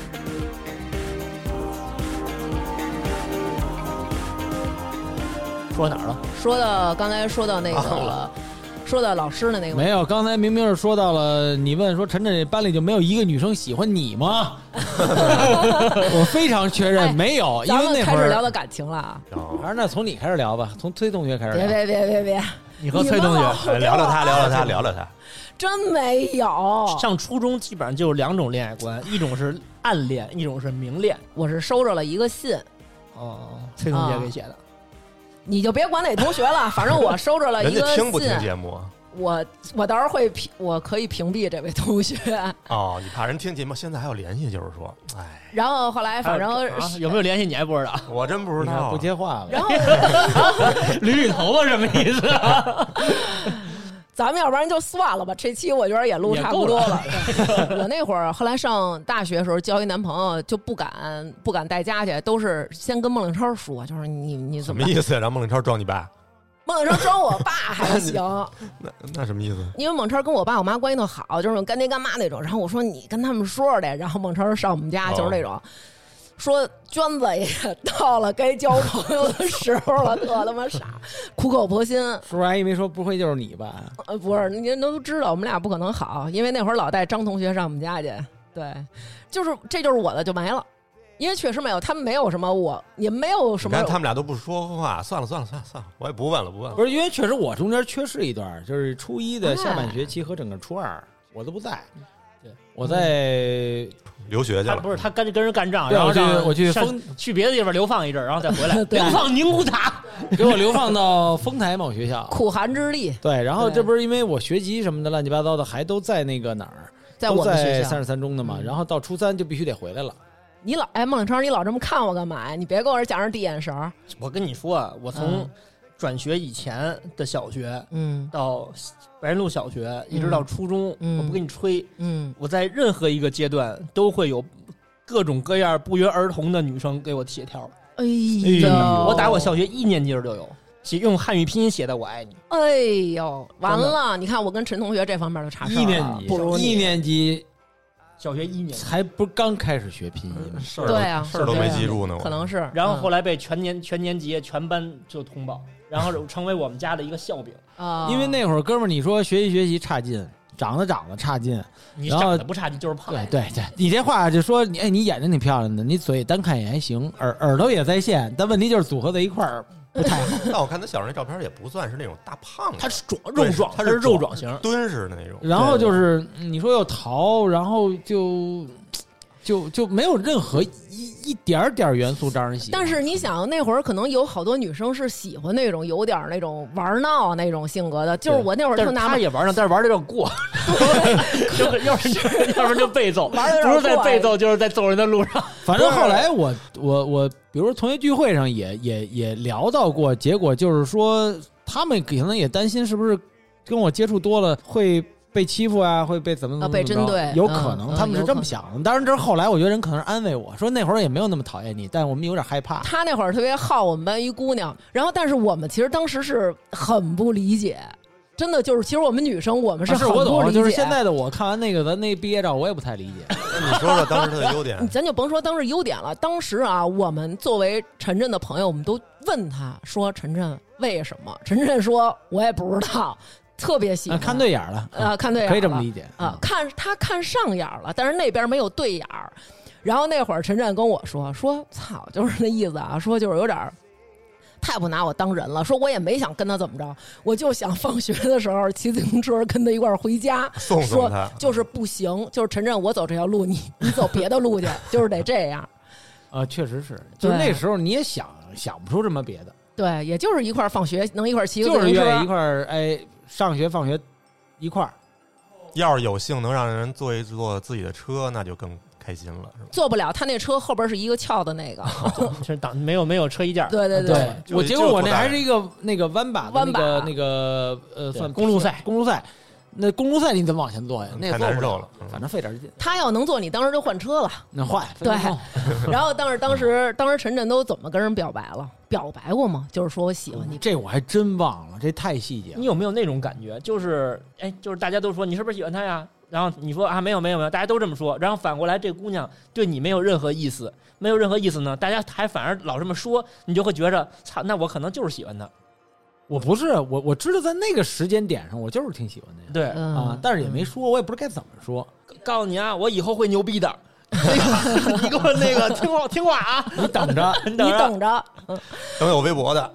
说哪儿了？ 刚才说到那个了。说到老师的那个没有，刚才明明是说到了，你问说陈震班里就没有一个女生喜欢你吗？我非常确认没有，因为那会儿开始聊到感情了啊。 还是那从你开始聊吧，从崔同学开始聊。 别， 你和崔同学聊聊他。 真没有， 上初中基本上就是2种恋爱观，一种是暗恋，一种是明恋。 我是收着了一个信， 崔同学给写的。 你就别管哪同学了，反正我收着了一个信。 人家听不听节目？ 我到时候我可以屏蔽这位同学。 哦，你怕人听节目？现在还有联系，就是说，哎。 然后后来反正有没有联系你还不知道？ 我真不知道， 不接话了。 然后捋头发什么意思？ 咱们要不然就算了吧，这期我觉得也录差不多了。我那会儿后来上大学的时候交一男朋友，就不敢带家去，都是先跟孟令超说，就是你怎么意思？让孟令超装你爸？ 孟令超装我爸还行。 那什么意思？ 因为孟超跟我爸我妈关系特好，就是干爹干妈那种。然后我说你跟他们说的，然后孟超上我们家就是那种。说娟子也到了该交朋友的时候了，特他妈傻，苦口婆心。 叔叔阿姨没说不会就是你吧？ 不是，您都知道我们俩不可能好，因为那会儿老带张同学上我们家去。对，这就是我的就没了，因为确实没有，他们没有什么，我也没有什么。 你看他们俩都不说话，算了，我也不问了。 不是因为确实我中间缺失一段，就是初一的下半学期和整个初2我都不在。对，我在。 留学去了， 不是他跟人干仗， 然后我去别的地方流放一阵，然后再回来。流放宁古塔， 给我流放到丰台某学校， 苦寒之地。 对，然后这不是因为我学籍什么的乱七八糟的，还都在那个哪儿， 在我们学校33中的嘛。然后到初3就必须得回来了。 你孟令超，你老这么看我干嘛呀？你别跟我这讲人递眼神。 我跟你说啊，我从转学以前的小学，到白云路小学，一直到初中，我不跟你吹，我在任何一个阶段都会有各种各样不约而同的女生给我写条。 哎呀， 我打我小学1年级时就有用汉语拼音写的“我爱你”。 哎呦，完了！你看我跟陈同学这方面都差 1年级， 不如 1年级。 小学1年才不是刚开始学拼音， 对啊， 事儿都没记住呢， 可能是。 然后后来被全年级全班就通报，然后成为我们家的一个笑柄啊。 因为那会儿哥们儿，你说学习差劲， 长得差劲， 你长得不差劲就是胖。 对，你这话就说你眼睛挺漂亮的，你嘴单看也还行，耳朵也在线，但问题就是组合在一块儿不太好。 但我看他小时候那照片也不算是那种大胖子， 他是肉壮，他是肉壮型， 敦实的那种。 然后就是你说又淘，然后就没有任何一点点元素招人喜欢。 但是你想，那会儿可能有好多女生是喜欢那种有点那种玩闹那种性格的，就是我那会儿特纳闷， 他也玩闹，但是玩的有点过，要不然就被揍，不是在被揍就是在揍人的路上。 反正后来我比如说同学聚会上也聊到过，结果就是说他们可能也担心是不是跟我接触多了会被欺负啊，会被怎么被针对， 有可能他们是这么想的。当然，这是后来我觉得人可能是安慰我说那会儿也没有那么讨厌你，但我们有点害怕。 他那会儿特别好我们班一姑娘，然后但是我们其实当时是很不理解，真的就是其实我们女生我们是很不理解。 我懂，就是现在的我看完那个咱那毕业照，我也不太理解。 你说说当时的优点， 咱就甭说当时优点了。当时啊，我们作为陈震的朋友，我们都问他说：“陈震为什么？”陈震说：“我也不知道。”特别喜欢看对眼了看对眼了， 可以这么理解看上眼了，但是那边没有对眼儿。然后那会儿陈震跟我说操，就是那意思啊，说就是有点太不拿我当人了，说我也没想跟他怎么着，我就想放学的时候骑自行车跟他一块儿回家， 送他， 说就是不行，就是陈震我走这条路，你走别的路去，就是得这样。 确实是，就是那时候你也想不出这么别的。 对，也就是一块儿放学能一块儿骑个自行车， 就是愿意一块儿上学放学一块儿。 要是有幸能让人坐一坐自己的车，那就更开心了，是吧？ 坐不了，他那车后边是一个翘的那个， 是没有车衣架。 对， 我结果我那还是一个那个弯把的那个算公路赛。 那公路赛你怎么往前坐呀？那太难受了， 反正费点劲。 他要能坐，你当时就换车了。 那换对。然后当时陈震都怎么跟人表白了？表白过吗？就是说我喜欢你。 这我还真忘了，这太细节了。 你有没有那种感觉？就是就是大家都说你是不是喜欢他呀？然后你说啊没有，大家都这么说。然后反过来，这姑娘对你没有任何意思，呢，大家还反而老这么说，你就会觉着操，那我可能就是喜欢他。 我不是我知道在那个时间点上，我就是挺喜欢的。 对但是也没说，我也不知道该怎么说。 告诉你啊，我以后会牛逼的。你给我那个听话啊！ 你等着， 你等着， 等有微博的。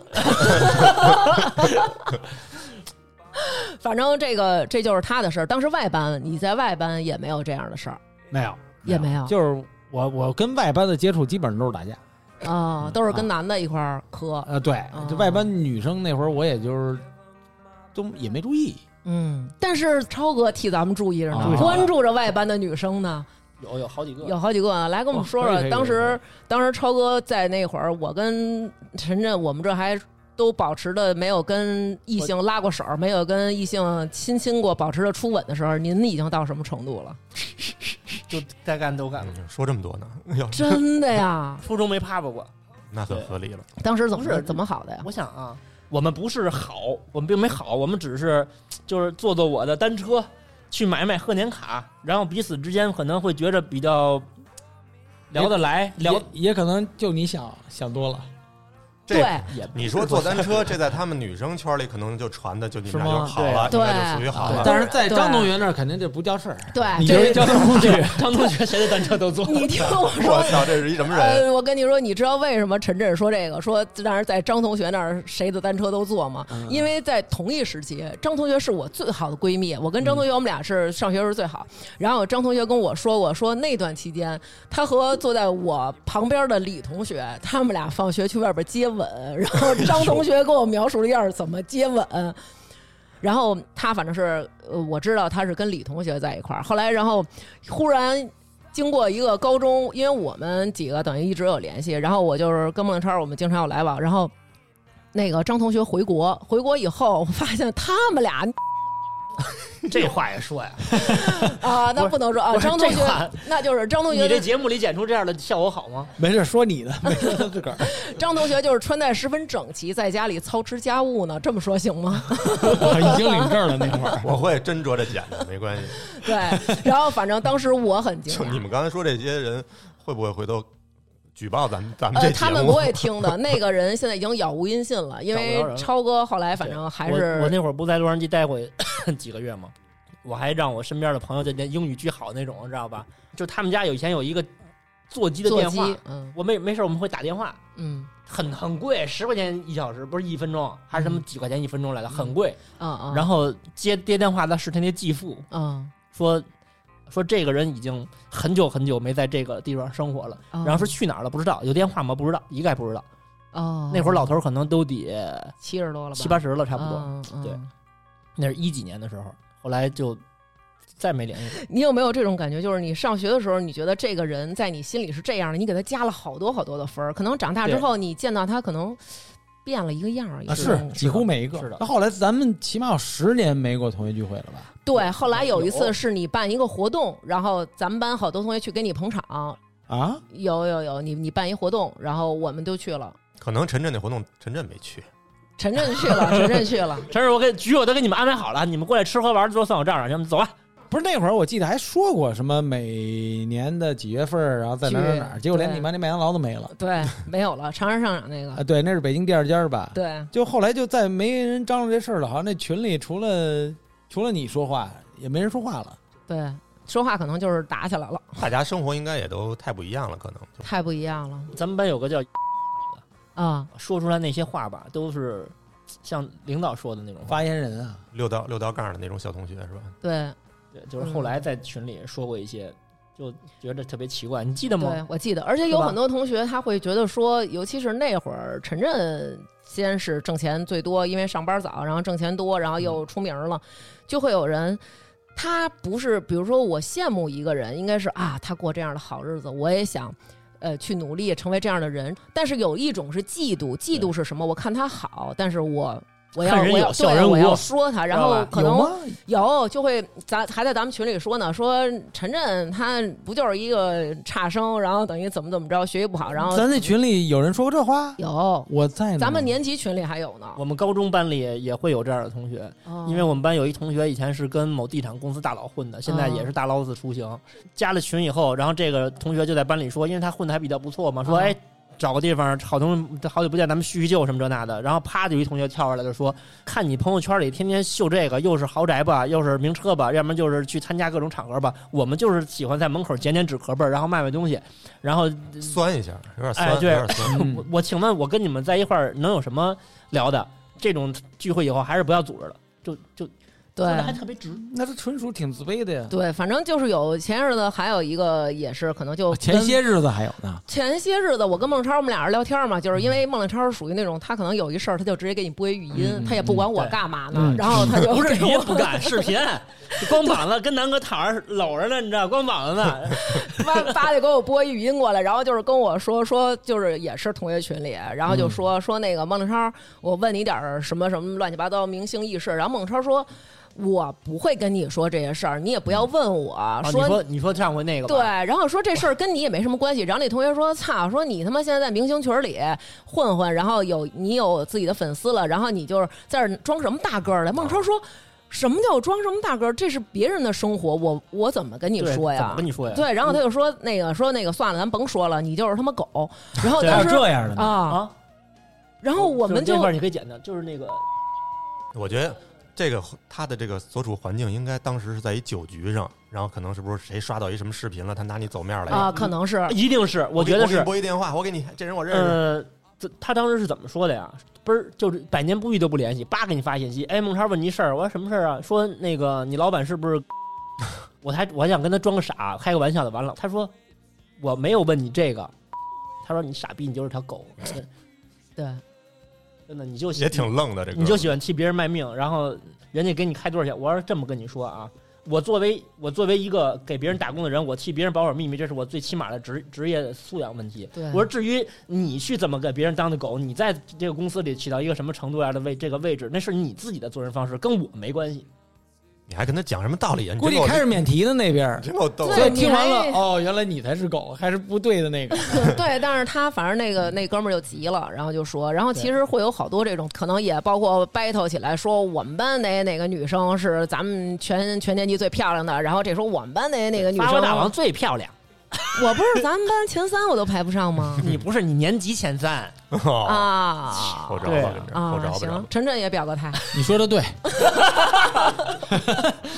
反正这就是他的事儿。当时外班，你在外班也没有这样的事儿，也没有。 就是我跟外班的接触基本上都是打架。 都是跟男的一块儿磕。 对，这外班女生那会儿我也就是都也没注意。 但是超哥替咱们注意着呢，关注着外班的女生呢。 有好几个， 来跟我们说说。当时超哥在那会儿，我跟陈震，我们这还都保持的没有跟异性拉过手，没有跟异性亲过，保持着初吻的时候，您已经到什么程度了？ 就该干都干了。 说这么多呢？ 真的呀？ 初中没趴过， 那很合理了。 当时怎么好的呀？ 我想啊，我们不是好，我们并没好，我们只是就是坐我的单车，去买贺年卡，然后彼此之间可能会觉着比较聊得来， 也可能就你想多了。 对， 你说坐单车，这在他们女生圈里可能就传的就你们俩就好了，应该就属于好了。 但是在张同学那儿肯定这不叫事儿。 对， 你就是交通工具。 张同学谁的单车都坐。 你听我说， 我操，这是一什么人？ 我跟你说，你知道为什么陈震说这个？说但是在张同学那儿谁的单车都坐吗？因为在同一时期，张同学是我最好的闺蜜，我跟张同学我们俩是上学时候最好。然后张同学跟我说过，说那段期间，他和坐在我旁边的李同学，他们俩放学去外边接吻，然后张同学给我描述了一下怎么接吻，然后他反正是我知道他是跟李同学在一块儿，后来然后忽然经过一个高中，因为我们几个等于一直有联系，然后我就是跟孟超我们经常有来往，然后那个张同学回国以后，我发现他们俩这话也说呀？ 那不能说啊，张同学，那就是张同学。 你这节目里剪出这样的效果好吗？ 没事，说你的，没说他自个儿。 张同学就是穿戴十分整齐，在家里操持家务呢，这么说行吗？ 已经领证了那会儿， 我会斟酌着剪的，没关系。 对，然后反正当时我很惊讶。 就你们刚才说这些人会不会回头举报咱们这节目？ 他们不会听的。那个人现在已经杳无音信了，因为超哥后来反正还是我那会儿不在洛杉矶待过几个月吗？ 我还让我身边的朋友就连英语巨好那种，知道吧？就他们家以前有一个座机的电话，我没事我们会打电话，很贵，10块钱1小时，不是1分钟，还是什么几块钱1分钟来的，很贵。然后接电话的是他那继父，说这个人已经很久很久没在这个地方生活了，然后说去哪儿了不知道，有电话吗不知道，一概不知道。那会儿老头可能都得 70多了吧 ，70、80了差不多。对，那是10几年的时候，后来就再没联系过。 你有没有这种感觉，就是你上学的时候你觉得这个人在你心里是这样的，你给他加了好多好多的分，可能长大之后你见到他可能变了一个样儿。 是几乎每一个。 是的。 那后来咱们起码有10年没过同学聚会了吧？ 对，后来有一次是你办一个活动，然后咱们班好多同学去给你捧场啊。 有，你办一活动，然后我们都去了。 可能陈震那活动陈震没去。 陈震去了，陈震去了。 陈震，我给局我都给你们安排好了，你们过来吃喝玩都算我账上，行，走吧。 不是那会儿我记得还说过什么每年的几月份，然后在哪儿，结果连你妈那麦当劳都没了。 对，没有了，长安商场那个。 对，那是北京第2家吧？ 对。 就后来就再没人张罗这事儿了，好像那群里除了你说话，也没人说话了。 对，说话可能就是打起来了。 大家生活应该也都太不一样了，可能太不一样了。 咱们班有个叫说出来那些话吧，都是像领导说的那种发言人啊， 六道杠的那种小同学是吧？ 对， 就是后来在群里说过一些，就觉得特别奇怪，你记得吗？ 对，我记得，而且有很多同学他会觉得说，尤其是那会儿陈震先是挣钱最多，因为上班早，然后挣钱多，然后又出名了，就会有人。他不是，比如说我羡慕一个人，应该是他过这样的好日子，我也想去努力成为这样的人。但是有一种是嫉妒，嫉妒是什么？我看他好，但是我要说他，然后可能有就会还在咱们群里说呢，说陈震他不就是一个差生，然后等于怎么着学习不好，然后咱那群里有人说过这话？ 有， 我在呢。 咱们年级群里还有呢。 我们高中班里也会有这样的同学，因为我们班有一同学以前是跟某地产公司大佬混的，现在也是大老子出行。加了群以后，然后这个同学就在班里说，因为他混的还比较不错嘛，说找个地方，好久不见，咱们叙旧什么这那的。然后啪，就有一同学跳出来就说：“看你朋友圈里天天秀这个，又是豪宅吧，又是名车吧，要不然就是去参加各种场合吧。我们就是喜欢在门口捡纸壳儿，然后卖东西，然后酸一下，有点酸。 对， 有点酸。 我请问，我跟你们在一块儿能有什么聊的？这种聚会以后还是不要组织了，就。” 对， 还特别直， 那他纯属挺自卑的呀。 对，反正就是有前日子还有一个也是可能就前些日子还有呢。 前些日子我跟孟超我们俩人聊天嘛，就是因为孟超属于那种他可能有一事儿他就直接给你播一语音，他也不管我干嘛呢，然后他就不是语音不干视频，光膀子跟南哥躺着搂着呢，你知道，光膀子呢， 叭就给我播一语音过来，然后就是跟我说就是也是同学群里，然后就说那个孟超，我问你点什么乱七八糟明星轶事，然后孟超说。我不会跟你说这些事儿，你也不要问我你说上回那个吧对，然后说这事儿跟你也没什么关系。然后那同学说：“操，说你他妈现在在明星群里混混，然后你有自己的粉丝了，然后你就是在这装什么大个儿来？”孟超说：“什么叫装什么大个儿？这是别人的生活，我怎么跟你说呀？ 怎么跟你说呀？” 对，然后他就说那个算了，咱甭说了，你就是他妈狗。然后当时这样的啊，然后我们这块你可以剪的，就是那个， 我觉得。这个他的这个所处环境应该当时是在一酒局上，然后可能是不是谁刷到一什么视频了，他拿你走面来可能是， 一定是，我觉得是。 我给你拨一电话，我给你这人我认识。他当时是怎么说的呀？不是，就是百年不遇都不联系，叭给你发信息。孟超问你事儿，我说什么事儿啊？说那个你老板是不是？我还想跟他装个傻，开个玩笑的，完了，他说我没有问你这个，他说你傻逼，你就是条狗。 对。 真的，你就也挺愣的，这个你就喜欢替别人卖命，然后人家给你开多少钱？我要是这么跟你说啊，我作为一个给别人打工的人，我替别人保守秘密，这是我最起码的职业素养问题。 对， 我说至于你去怎么给别人当的狗，你在这个公司里起到一个什么程度来的这个位置，那是你自己的做人方式，跟我没关系。 你还跟他讲什么道理啊？ 估计开始免提的那边， 所以听完了原来你才是狗，还是不对的那个。 对，但是他反正那哥们儿就急了，然后就说，然后其实会有好多这种，可能也包括 battle 起来说我们班哪个女生是咱们全年级最漂亮的，然后这时候我们班哪个女生大王最漂亮。 我不是咱们班前3我都排不上吗？ 你不是，你年级前3 啊？ 后着吧， 行，陈震也表个态。 你说的对。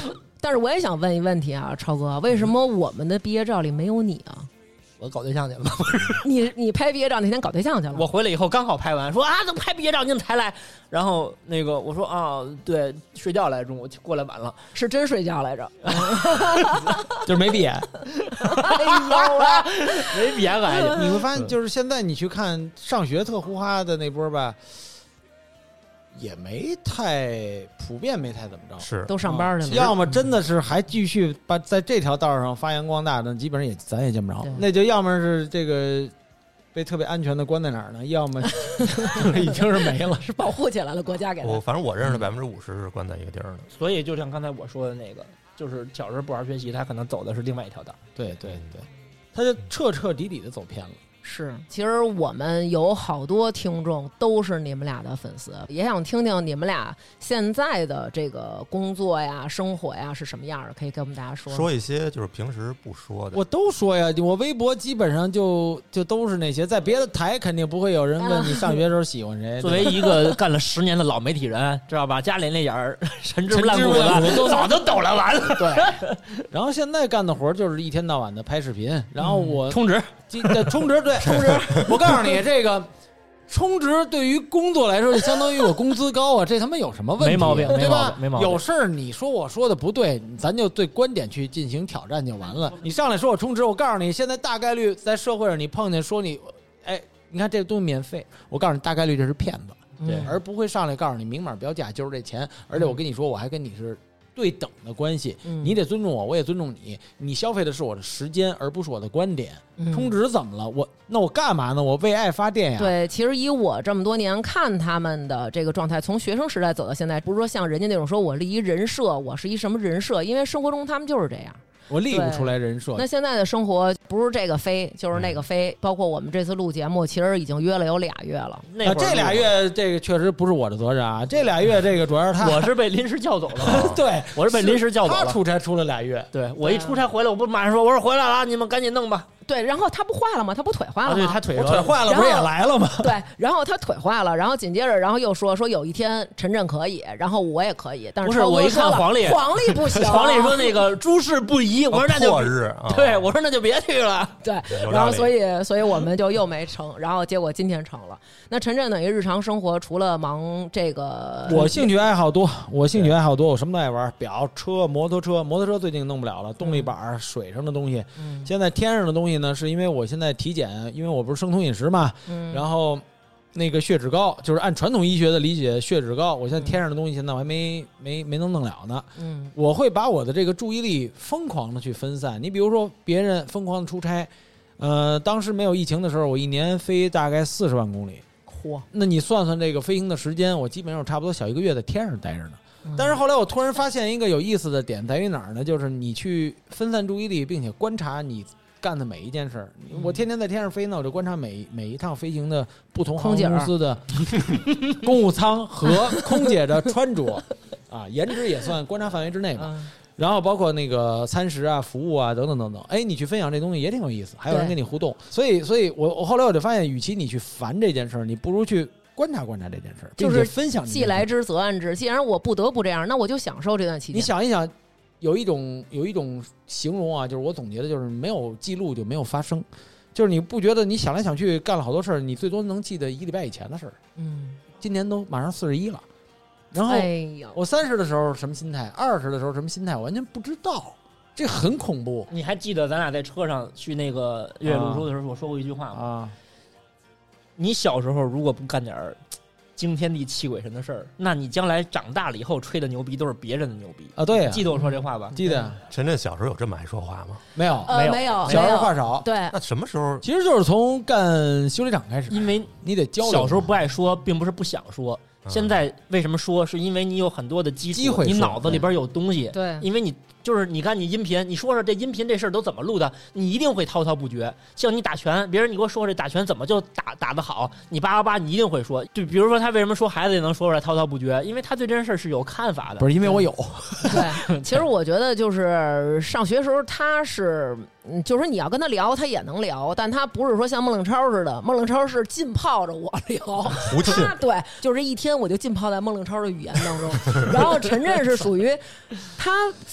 但是我也想问一问题啊，超哥，为什么我们的毕业照里没有你啊？ 我搞对象去了。 你拍毕业照那天搞对象去了？ 我回来以后刚好拍完，说啊，怎么拍毕业照你怎么才来？然后那个我说啊，对，睡觉来，中午过来晚了， 是真睡觉来着， 就是没毕业。 哎呦喂， 没毕业来着。 你会发现，就是现在你去看上学特呼哈的那波吧。也没太普遍，没太怎么着， 是都上班去了。 要么真的是还继续把在这条道上发扬光大的，基本上咱也见不着。那就要么是这个被特别安全的关在哪儿呢？要么已经是没了， 是保护起来了，国家给他。 反正我认识的50%是关在一个地儿的。 所以就像刚才我说的那个，就是小时候不好好学习，他可能走的是另外一条道。 对，他就彻底的走偏了。 是，其实我们有好多听众都是你们俩的粉丝，也想听听你们俩现在的这个工作呀、生活呀是什么样的，可以跟我们大家说一些就是平时不说的。 我都说呀，我微博基本上就都是那些，在别的台肯定不会有人问你上学的时候喜欢谁。 作为一个干了10年的老媒体人，知道吧？家里那点儿陈芝烂谷子都早就抖了完了。 对，然后现在干的活就是一天到晚的拍视频，然后我充值， 充值对。充值，我告诉你，这个充值对于工作来说，就相当于我工资高啊，这他妈有什么问题？ 没毛病， 对吧？ 没毛病。 有事儿你说我说的不对，咱就对观点去进行挑战就完了。你上来说我充值，我告诉你，现在大概率在社会上你碰见说你，哎，你看这个东西免费，我告诉你大概率这是骗子，对，而不会上来告诉你明码标价就是这钱，而且我跟你说，我还跟你是对等的关系，你得尊重我，我也尊重你。你消费的是我的时间，而不是我的观点。充值怎么了？我干嘛呢？我为爱发电呀。 对，其实以我这么多年看他们的这个状态，从学生时代走到现在，不是说像人家那种说我立一人设，我是一什么人设，因为生活中他们就是这样。 我立不出来人设。 那现在的生活不是这个飞就是那个飞，包括我们这次录节目，其实已经约了有2月了。 这2月这个确实不是我的责任啊，这2月这个主要是他， 我是被临时叫走了。 对， 我是被临时叫走了。 他出差出了2月， 对我一出差回来，我不马上说，我说回来了，你们赶紧弄吧。 对，然后他不坏了吗？他不腿坏了吗？ 对，他腿坏了，不是也来了吗？ 对，然后他腿坏了，然后紧接着，然后又说有一天陈震可以，然后我也可以，但是不是我一看黄历不行， 黄历说那个诸事不宜，我说那就破日， 对我说那就别去了。 对，然后所以我们就又没成，然后结果今天成了。那陈震等于日常生活除了忙这个， 我兴趣爱好多，我什么都爱玩，表、车、摩托车最近弄不了了，动力板、水上的东西，现在天上的东西呢，是因为我现在体检，因为我不是生酮饮食嘛，然后那个血脂高，就是按传统医学的理解，血脂高，我现在天上的东西现在我还没能弄了呢。我会把我的这个注意力疯狂的去分散。你比如说别人疯狂的出差，当时没有疫情的时候，我一年飞大概40万公里。那你算算这个飞行的时间，我基本上差不多小1个月在天上待着呢。但是后来我突然发现一个有意思的点在于哪儿呢？就是你去分散注意力，并且观察你干的每一件事儿。我天天在天上飞呢，我就观察每一趟飞行的不同航空公司的公务舱和空姐的穿着啊，颜值也算观察范围之内嘛。然后包括那个餐食啊、服务啊等等等等，哎，你去分享这东西也挺有意思，还有人跟你互动。所以我后来我就发现，与其你去烦这件事儿，你不如去观察观察这件事儿， 就是分享。 既来之则安之，既然我不得不这样，那我就享受这段期间。 你想一想，有一种形容啊，就是我总结的就是没有记录就没有发生，就是你不觉得你想来想去干了好多事儿，你最多能记得1礼拜以前的事儿。今年都马上41了。然后我30的时候什么心态，20的时候什么心态，我完全不知道，这很恐怖。 你还记得咱俩在车上去那个月月录书的时候，我说过一句话吗？你小时候如果不干点惊天地泣鬼神的事儿，那你将来长大了以后吹的牛逼都是别人的牛逼啊！对呀， 记得我说这话吧？ 记得。 陈震小时候有这么爱说话吗？ 没有， 小时候话少。 对， 那什么时候？ 其实就是从干修理厂开始， 因为你得交流。 小时候不爱说，并不是不想说。现在为什么说？是因为你有很多的机会， 你脑子里边有东西。 对， 因为你就是你看你音频，你说这音频这事儿都怎么录的，你一定会滔滔不绝。像你打拳，别人你给我说这打拳怎么就打得好，你叭叭叭，你一定会说。就比如说他为什么说孩子也能说出来滔滔不绝，因为他对这件事是有看法的。 不是因为我有。 对，其实我觉得就是上学时候他是。就是你要跟他聊，他也能聊，但他不是说像孟冷超似的，孟冷超是浸泡着我聊，他对，就是一天我就浸泡在孟冷超的语言当中。然后陈震是属于他，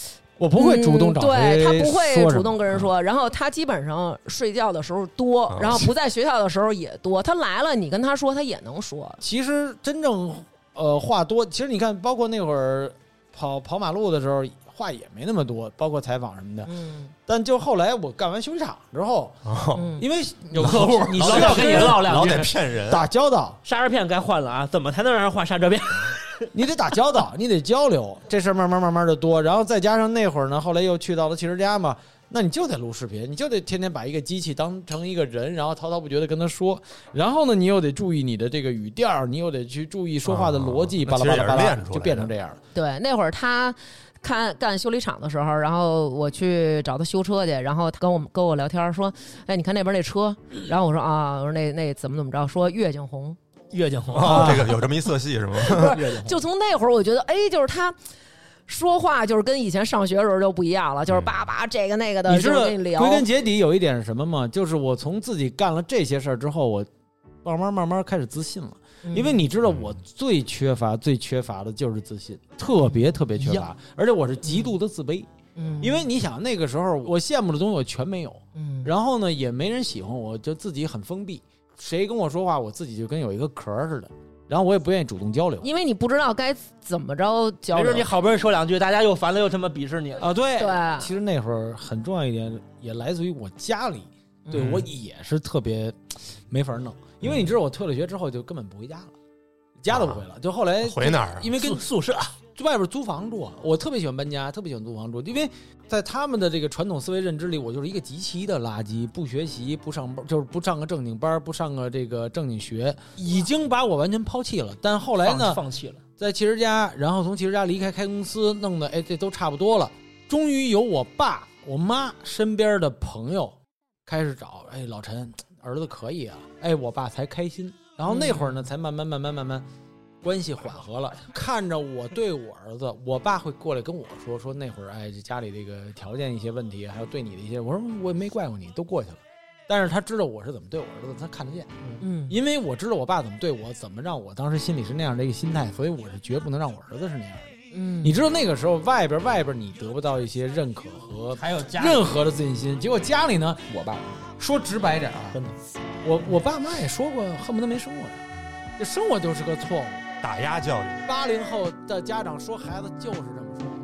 我不会主动找对他不会主动跟人说，然后他基本上睡觉的时候多，然后不在学校的时候也多。他来了，你跟他说，他也能说。 其实真正话多，其实你看，包括那会儿跑马路的时候。话也没那么多，包括采访什么的。但就后来我干完修理厂之后，因为有客户，你老跟你唠两句， 老得骗人， 打交道。 刹车片该换了啊，怎么才能让人换刹车片？ 你得打交道，你得交流，这事儿慢慢的多。然后再加上那会儿呢，后来又去到了汽车家嘛，那你就得录视频，你就得天天把一个机器当成一个人，然后滔滔不绝的跟他说。然后呢，你又得注意你的这个语调，你又得去注意说话的逻辑，巴拉巴拉巴拉，就变成这样了。 对，那会儿他。干修理厂的时候，然后我去找他修车去，然后他跟我聊天说：“哎，你看那边那车。”然后我说：“啊，我说那怎么着？说月景红， 月景红这个有这么一色系是吗？ 就从那会儿我觉得，哎，就是他说话就是跟以前上学的时候就不一样了，就是叭叭这个那个的， 你知道跟你聊。 归根结底有一点是什么吗？就是我从自己干了这些事儿之后，我慢慢开始自信了。因为你知道我最缺乏的就是自信，特别缺乏，而且我是极度的自卑。因为你想那个时候我羡慕的东西我全没有，然后呢也没人喜欢我，就自己很封闭，谁跟我说话我自己就跟有一个壳似的，然后我也不愿意主动交流， 因为你不知道该怎么着交流。 没准你好不容易说两句，大家又烦了，又他妈鄙视你啊！对，其实那会儿很重要一点也来自于我家里对我也是特别没法弄。因为你知道我退了学之后就根本不回家了，家都不回了，就后来回哪儿？ 因为跟宿舍外边租房住，我特别喜欢搬家，特别喜欢租房住，因为在他们的这个传统思维认知里，我就是一个极其的垃圾，不学习，不上班，就是不上个正经班，不上个这个正经学，已经把我完全抛弃了。但后来呢， 放弃了， 在汽车家，然后从汽车家离开开公司，弄得这都差不多了。终于有我爸我妈身边的朋友开始找，老陈儿子可以啊，我爸才开心。然后那会儿呢，才慢慢关系缓和了。看着我对我儿子，我爸会过来跟我说那会儿这家里这个条件一些问题，还有对你的一些，我说我也没怪过你，都过去了。但是他知道我是怎么对我儿子，他看得见。因为我知道我爸怎么对我，怎么让我当时心里是那样的一个心态，所以我是绝不能让我儿子是那样的。你知道那个时候外边你得不到一些认可和还有任何的自信心，结果家里呢，我爸说直白点啊，真的，我爸妈也说过，恨不得没生我，这生我就是个错误， 打压教育。 80后的家长说孩子就是这么说。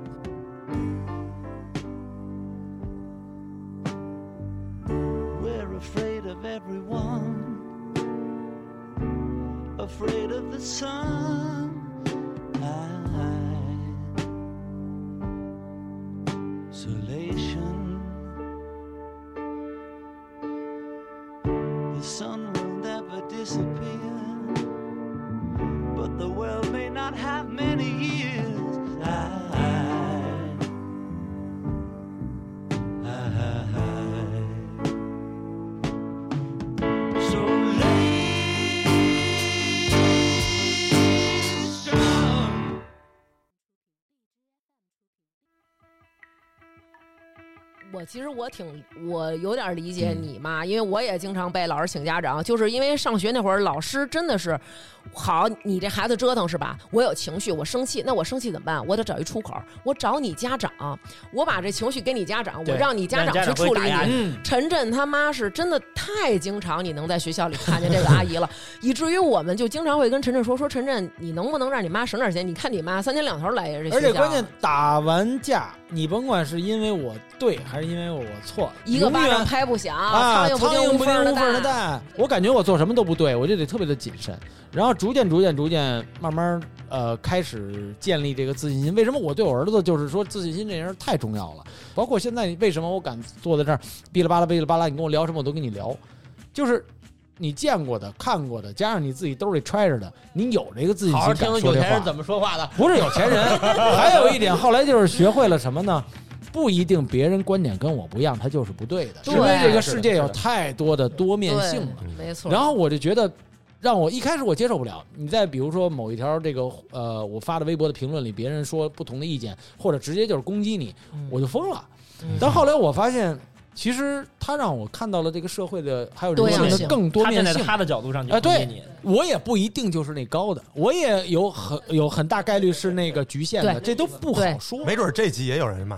We're afraid of everyone, afraid of the sun. Isolation. The sun will never disappear, but the world may not have many years. 其实我有点理解你妈，因为我也经常被老师请家长，就是因为上学那会儿老师真的是好，你这孩子折腾是吧？我有情绪，我生气，那我生气怎么办？我得找一出口，我找你家长，我把这情绪给你家长，我让你家长去处理你。陈震他妈是真的太经常你能在学校里看见这个阿姨了，以至于我们就经常会跟陈震说陈震，你能不能让你妈省点钱？你看你妈3天2头来这学校， 而且关键打完架，你甭管是因为我对还是因为我错， 一个巴掌拍不响，苍蝇不叮无缝的蛋。 我感觉我做什么都不对，我就得特别的谨慎，然后逐渐慢慢开始建立这个自信心。为什么我对我儿子就是说自信心这件事太重要了？包括现在为什么我敢坐在这儿哔哩吧啦，你跟我聊什么我都跟你聊，就是你见过的、看过的，加上你自己兜里揣着的，你有这个自信心。 好好听有钱人怎么说话的， 不是有钱人。还有一点，后来就是学会了什么呢？不一定别人观点跟我不一样，他就是不对的。因为这个世界有太多的多面性了， 没错。 然后我就觉得，让我一开始我接受不了。你再比如说某一条这个我发的微博的评论里，别人说不同的意见，或者直接就是攻击你，我就疯了。但后来我发现，其实他让我看到了这个社会的还有人性的更多面性。 他站在他的角度上去攻击你， 我也不一定就是那高的，我也有很大概率是那个局限的，这都不好说。 没准这集也有人骂你呢。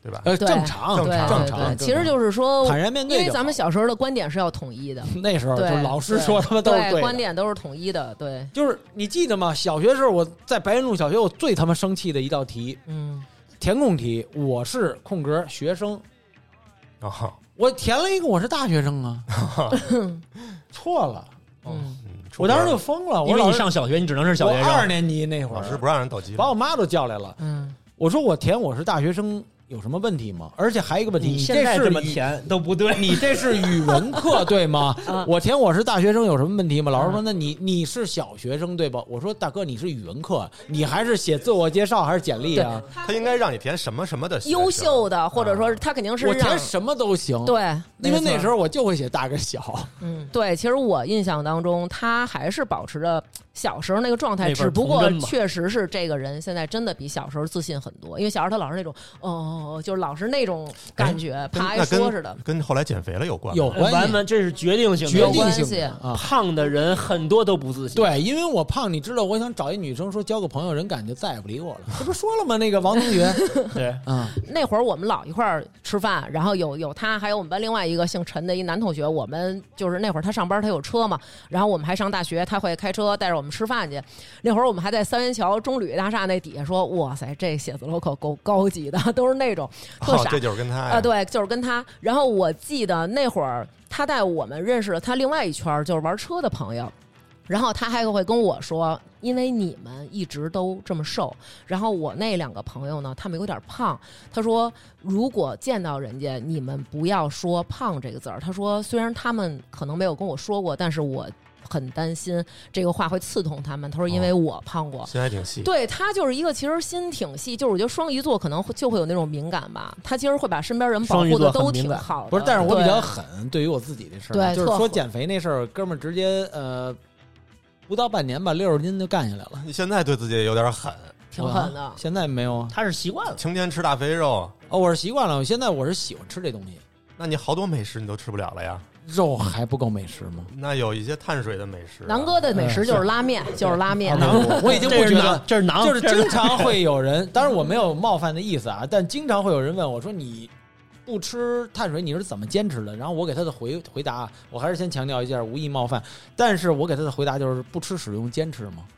对吧？ 正常， 其实就是说坦然面对。 因为咱们小时候的观点是要统一的， 那时候就老师说他们都是对的， 观点都是统一的。对， 就是你记得吗？小学时候我在白云路小学，我最他妈生气的一道题，填空题，我是空格学生，我填了一个我是大学生啊，错了，我当时就疯了， 因为你上小学，你只能是小学生。 我2年级那会儿， 老师不让人斗鸡， 把我妈都叫来了。我说我填我是大学生有什么问题吗？而且还有一个问题，你现在这么填都不对， 你这是语文课对吗？我填我是大学生有什么问题吗？老师说那你是小学生对吧？我说大哥你是语文课，你还是写自我介绍还是简历啊？ 他应该让你填什么什么的优秀的，或者说他肯定是我填什么都行。 对， 因为那时候我就会写大跟小。 对，其实我印象当中他还是保持着小时候那个状态，只不过确实是这个人现在真的比小时候自信很多，因为小时候他老是那种就是老是那种感觉，爬一说似的， 跟后来减肥了有关， 完这是决定性胖的人很多都不自信。 对，因为我胖，你知道，我想找一女生说交个朋友，人感觉再也不理我了。这不说了吗？那个王同学， 对， 那会儿我们老一块儿吃饭，然后有他，还有我们班另外一个姓陈的一男同学，我们就是那会儿他上班他有车嘛，然后我们还上大学，他会开车带着我们吃饭去。那会儿我们还在三元桥中旅大厦那底下说，哇塞，这写字楼可够高级的，都是那种特傻， 这就是跟他呀对，就是跟他。然后我记得那会儿他带我们认识了他另外一圈就是玩车的朋友，然后他还会跟我说，因为你们一直都这么瘦，然后我那2个朋友呢，他们有点胖，他说如果见到人家，你们不要说胖这个字儿。他说虽然他们可能没有跟我说过，但是我很担心这个话会刺痛他们。他说因为我胖过， 心还挺细。 对，他就是一个其实心挺细，就是我觉得双鱼座可能就会有那种敏感吧，他其实会把身边人保护的都挺好的。 不是，但是我比较狠，对于我自己这事儿， 对， 就是说减肥那事儿，哥们儿直接不到半年吧，60斤就干下来了。 你现在对自己也有点狠， 挺狠的。 现在没有， 他是习惯了， 成天吃大肥肉。 我是习惯了，现在我是喜欢吃这东西。 那你好多美食你都吃不了了呀？ 肉还不够美食吗？ 那有一些碳水的美食。 南哥的美食就是拉面，就是拉面。 我已经不觉得这是馕， 就是经常会有人，当然我没有冒犯的意思啊，但经常会有人问我说你不吃碳水你是怎么坚持的？然后我给他的回答，我还是先强调一下，无意冒犯，但是我给他的回答就是不吃使用坚持嘛。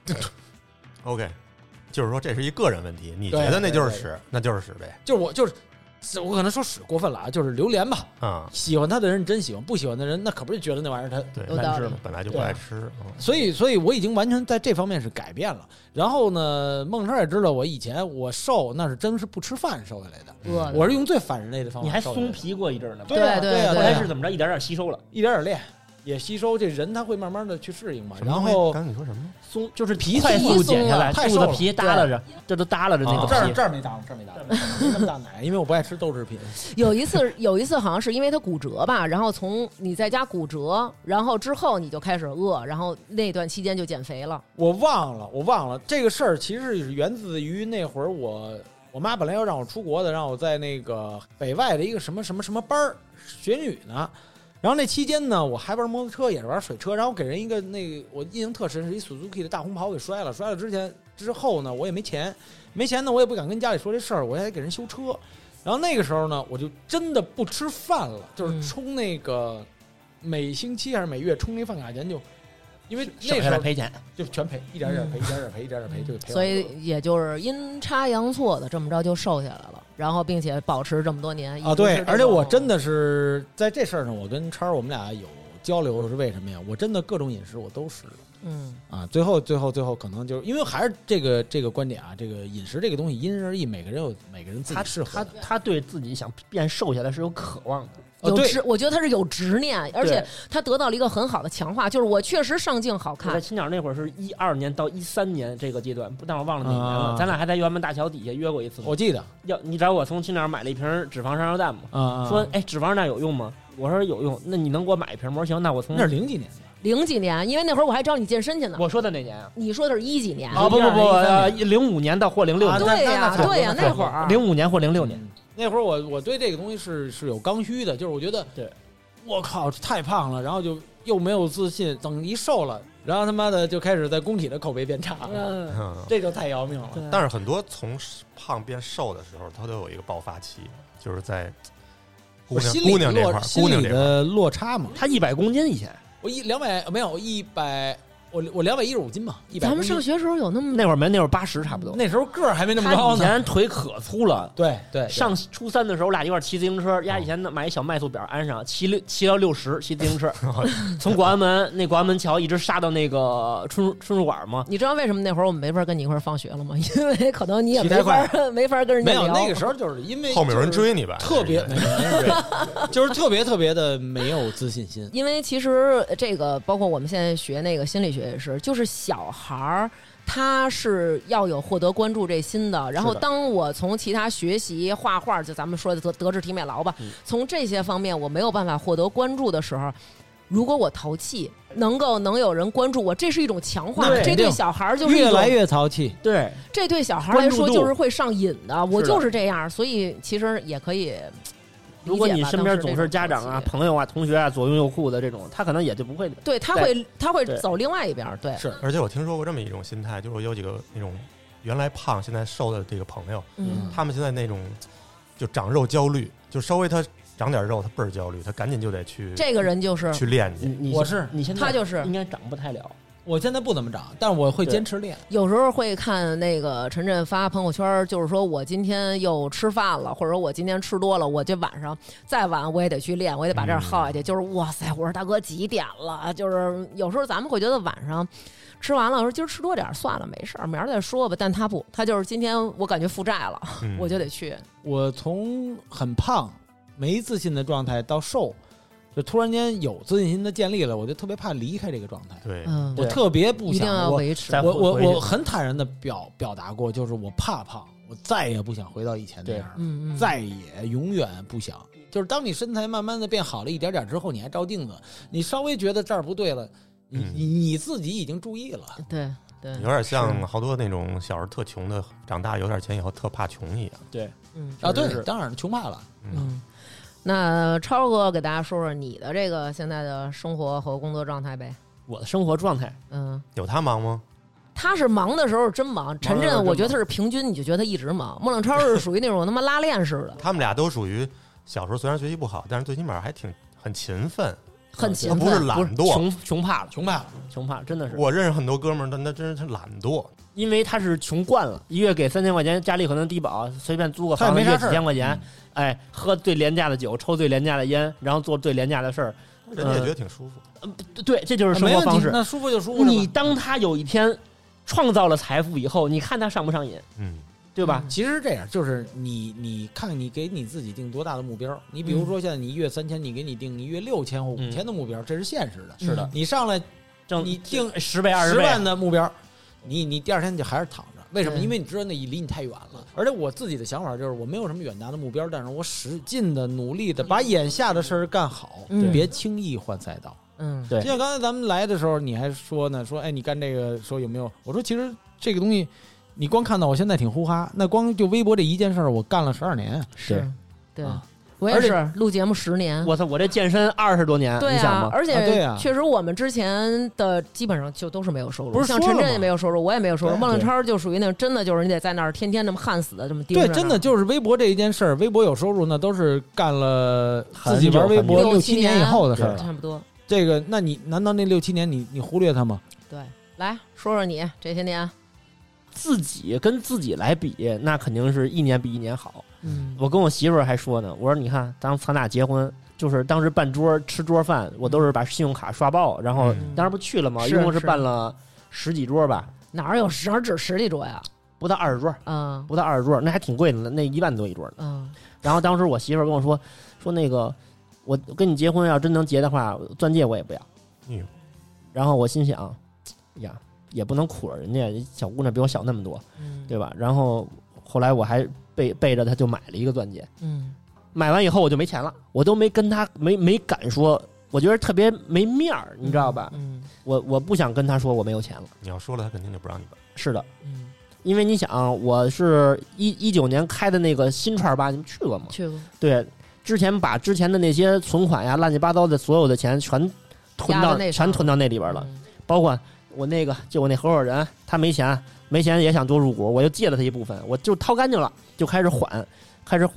OK， 就是说这是一个人问题，你觉得那就是屎，那就是屎呗。 我可能说屎过分了啊，就是榴莲吧。喜欢他的人真喜欢，不喜欢的人那可不是觉得那玩意儿他难吃吗？ 本来就不爱吃。 所以我已经完全在这方面是改变了。然后呢，孟超也知道我以前我瘦那是真是不吃饭瘦下来的，我是用最反人类的方法。 你还松皮过一阵呢？ 对啊， 后来是怎么着？一点点吸收了， 一点点练。也吸收，这人他会慢慢的去适应嘛。然后刚才你说什么？ 松就是皮快速减下来，肚子皮耷拉着，这都耷拉着那个皮。 这儿没耷拉，没那么大奶，因为我不爱吃豆制品。 有一次好像是因为他骨折吧，然后从你在家骨折，然后之后你就开始饿，然后那段期间就减肥了。 我忘了这个事儿，其实是源自于那会儿我妈本来要让我出国的，让我在那个北外的一个什么班儿学英语呢。然后那期间呢，我还玩摩托车，也是玩水车，然后给人一个我印象特深，是一 Suzuki 的大红袍给摔了之后呢，我也没钱呢，我也不敢跟家里说这事儿，我也给人修车。然后那个时候呢，我就真的不吃饭了，就是充那个每星期还是每月充那饭卡钱，就因为那时候赔钱， 就全赔，一点点赔，就赔。 所以也就是阴差阳错的这么着就瘦下来了。然后并且保持这么多年啊，对，而且我真的是在这事儿上，我跟超儿我们俩有交流，是为什么呀？我真的各种饮食我都试了，最后可能就是因为还是这个观点啊，这个饮食这个东西因人而异，每个人有每个人自己适合。 他对自己想变瘦下来是有渴望的。 我觉得他是有执念，而且他得到了一个很好的强化，就是我确实上镜好看。 我在青鸟那会儿是12年到13年这个阶段，但我忘了哪年了。咱俩还在辕门大桥底下约过一次， 我记得。 你找我从青鸟买了一瓶脂肪山药蛋嘛？说脂肪蛋有用吗？我说有用，那你能给我买一瓶吗？行，那我从那是零几年，因为那会儿我还找你健身去呢。 我说的哪年啊？ 你说的是10几年啊？不，05年到或06年。 对呀，那会儿 05年或06年。 那会儿我对这个东西是有刚需的，就是我觉得对。 我靠，太胖了，然后就又没有自信，等一瘦了，然后他妈的就开始在工体的口碑变差了，这就太要命了。 但是很多从胖变瘦的时候，他都有一个爆发期， 就是在姑娘这块儿，姑娘的落差嘛。 他100公斤以前， 我200没有，我100。我215斤嘛，100。 咱们上学时候有那么那会儿没，那会儿80差不多。 那时候个儿还没那么高呢。 以前腿可粗了。 对对。 上初3的时候，我俩一块骑自行车，以前买一小迈速表安上，骑到60，骑自行车，从广安门桥一直杀到那个春树馆嘛。 你知道为什么那会儿我们没法跟你一块放学了吗？因为可能你也没法跟人家聊。 没有，那个时候就是因为后面有人追你吧， 特别就是特别的没有自信心。 因为其实这个包括我们现在学那个心理学也是，就是小孩儿他是要有获得关注这心的。然后当我从其他学习画画，就咱们说的德智体美劳吧，从这些方面我没有办法获得关注的时候，如果我淘气，能有人关注我，这是一种强化。这对小孩就是越来越淘气。 对， 这对小孩来说就是会上瘾的。我就是这样，所以其实也可以。 如果你身边总是家长啊、朋友啊、同学啊左拥右护的这种，他可能也就不会。 对，他会走另外一边。对， 是。而且我听说过这么一种心态，就是有几个那种原来胖现在瘦的这个朋友，他们现在那种就长肉焦虑，就稍微他长点肉，他倍儿焦虑，他赶紧就得去。 这个人就是去练去。 你现在他就是应该长不太了。 我现在不怎么长，但是我会坚持练。 有时候会看那个陈震发朋友圈，就是说我今天又吃饭了，或者说我今天吃多了，我这晚上再晚我也得去练，我也得把这儿耗下去。就是哇塞，我说大哥几点了？就是有时候咱们会觉得晚上吃完了，我说今儿吃多点算了，没事儿，明儿再说吧。但他不，他就是今天我感觉负债了，我就得去。 我从很胖、没自信的状态到瘦。就突然间有自信心的建立了，我就特别怕离开这个状态。 对， 我特别不想， 一定要维持。 我很坦然的表达过，就是我怕胖，我再也不想回到以前那样，再也永远不想。就是当你身材慢慢的变好了一点点之后，你还照镜子，你稍微觉得这儿不对了，你自己已经注意了。 对对， 有点像好多那种小时候特穷的，长大有点钱以后特怕穷一样。 对， 对，当然穷怕了。 那超哥给大家说说你的这个现在的生活和工作状态呗。 我的生活状态， 有他忙吗？ 他是忙的时候真忙。陈震我觉得他是平均，你就觉得他一直忙。孟冷超是属于那种他妈拉练似的。 他们俩都属于小时候虽然学习不好，但是最起码还很勤奋， 很勤奋， 不是懒惰。 穷怕了，真的是。 我认识很多哥们儿，但那真是懒惰。 因为他是穷惯了，一月给3000块钱，家里可能低保，随便租个房子月几千块钱，喝最廉价的酒，抽最廉价的烟，然后做最廉价的事儿， 人家也觉得挺舒服。 对，这就是生活方式。 那舒服就舒服。 你当他有一天创造了财富以后，你看他上不上瘾？对吧？ 其实这样，就是你看你给你自己定多大的目标。你比如说现在你1月3000，你给你定1月6000或5000的目标，这是现实的。 是的， 你上来你定 10倍20倍 10万的目标。你第二天就还是躺着，为什么？因为你知道那离你太远了。而且我自己的想法就是，我没有什么远大的目标，但是我使劲的努力的把眼下的事儿干好，别轻易换赛道。 对。 就像刚才咱们来的时候，你还说呢，说你干这个说有没有？我说其实这个东西，你光看到我现在挺呼哈，那光就微博这一件事儿，我干了12年。 是，对。我也是录节目10年， 我操！我这健身20多年， 对啊， 而且确实我们之前的基本上就都是没有收入，不是像陈震也没有收入，我也没有收入。孟冷超就属于那种真的就是你得在那儿天天这么焊死的这么盯着。 对，真的就是微博这一件事儿，微博有收入那都是干了自己玩微博6、7年以后的事儿了， 差不多。 这个，那你难道那6、7年你忽略它吗？ 对，来说说你这些年， 自己跟自己来比，那肯定是一年比一年好。我跟我媳妇儿还说呢，我说你看，咱俩结婚，就是当时办桌吃桌饭，我都是把信用卡刷爆，然后当时不去了吗？一共是办了10几桌吧？ 哪只10几桌呀？ 不到20桌，不到20桌，那还挺贵的呢，那1万多一桌呢。然后当时我媳妇儿跟我说那个，我跟你结婚要真能结的话，钻戒我也不要。然后我心想，呀，也不能苦了人家，小姑娘比我小那么多，对吧？然后后来我还背着他就买了一个钻戒，买完以后我就没钱了，我都没跟他没敢说，我觉得特别没面儿，你知道吧？我不想跟他说我没有钱了， 你要说了他肯定就不让你办。 是的，因为你想，我是19年开的那个新串吧，你们去过吗？ 去过。 对，之前把之前的那些存款呀、乱七八糟的所有的钱全囤到那里边了，包括我那个就我那合伙人，他没钱也想多入股，我就借了他一部分，我就掏干净了，就开始还。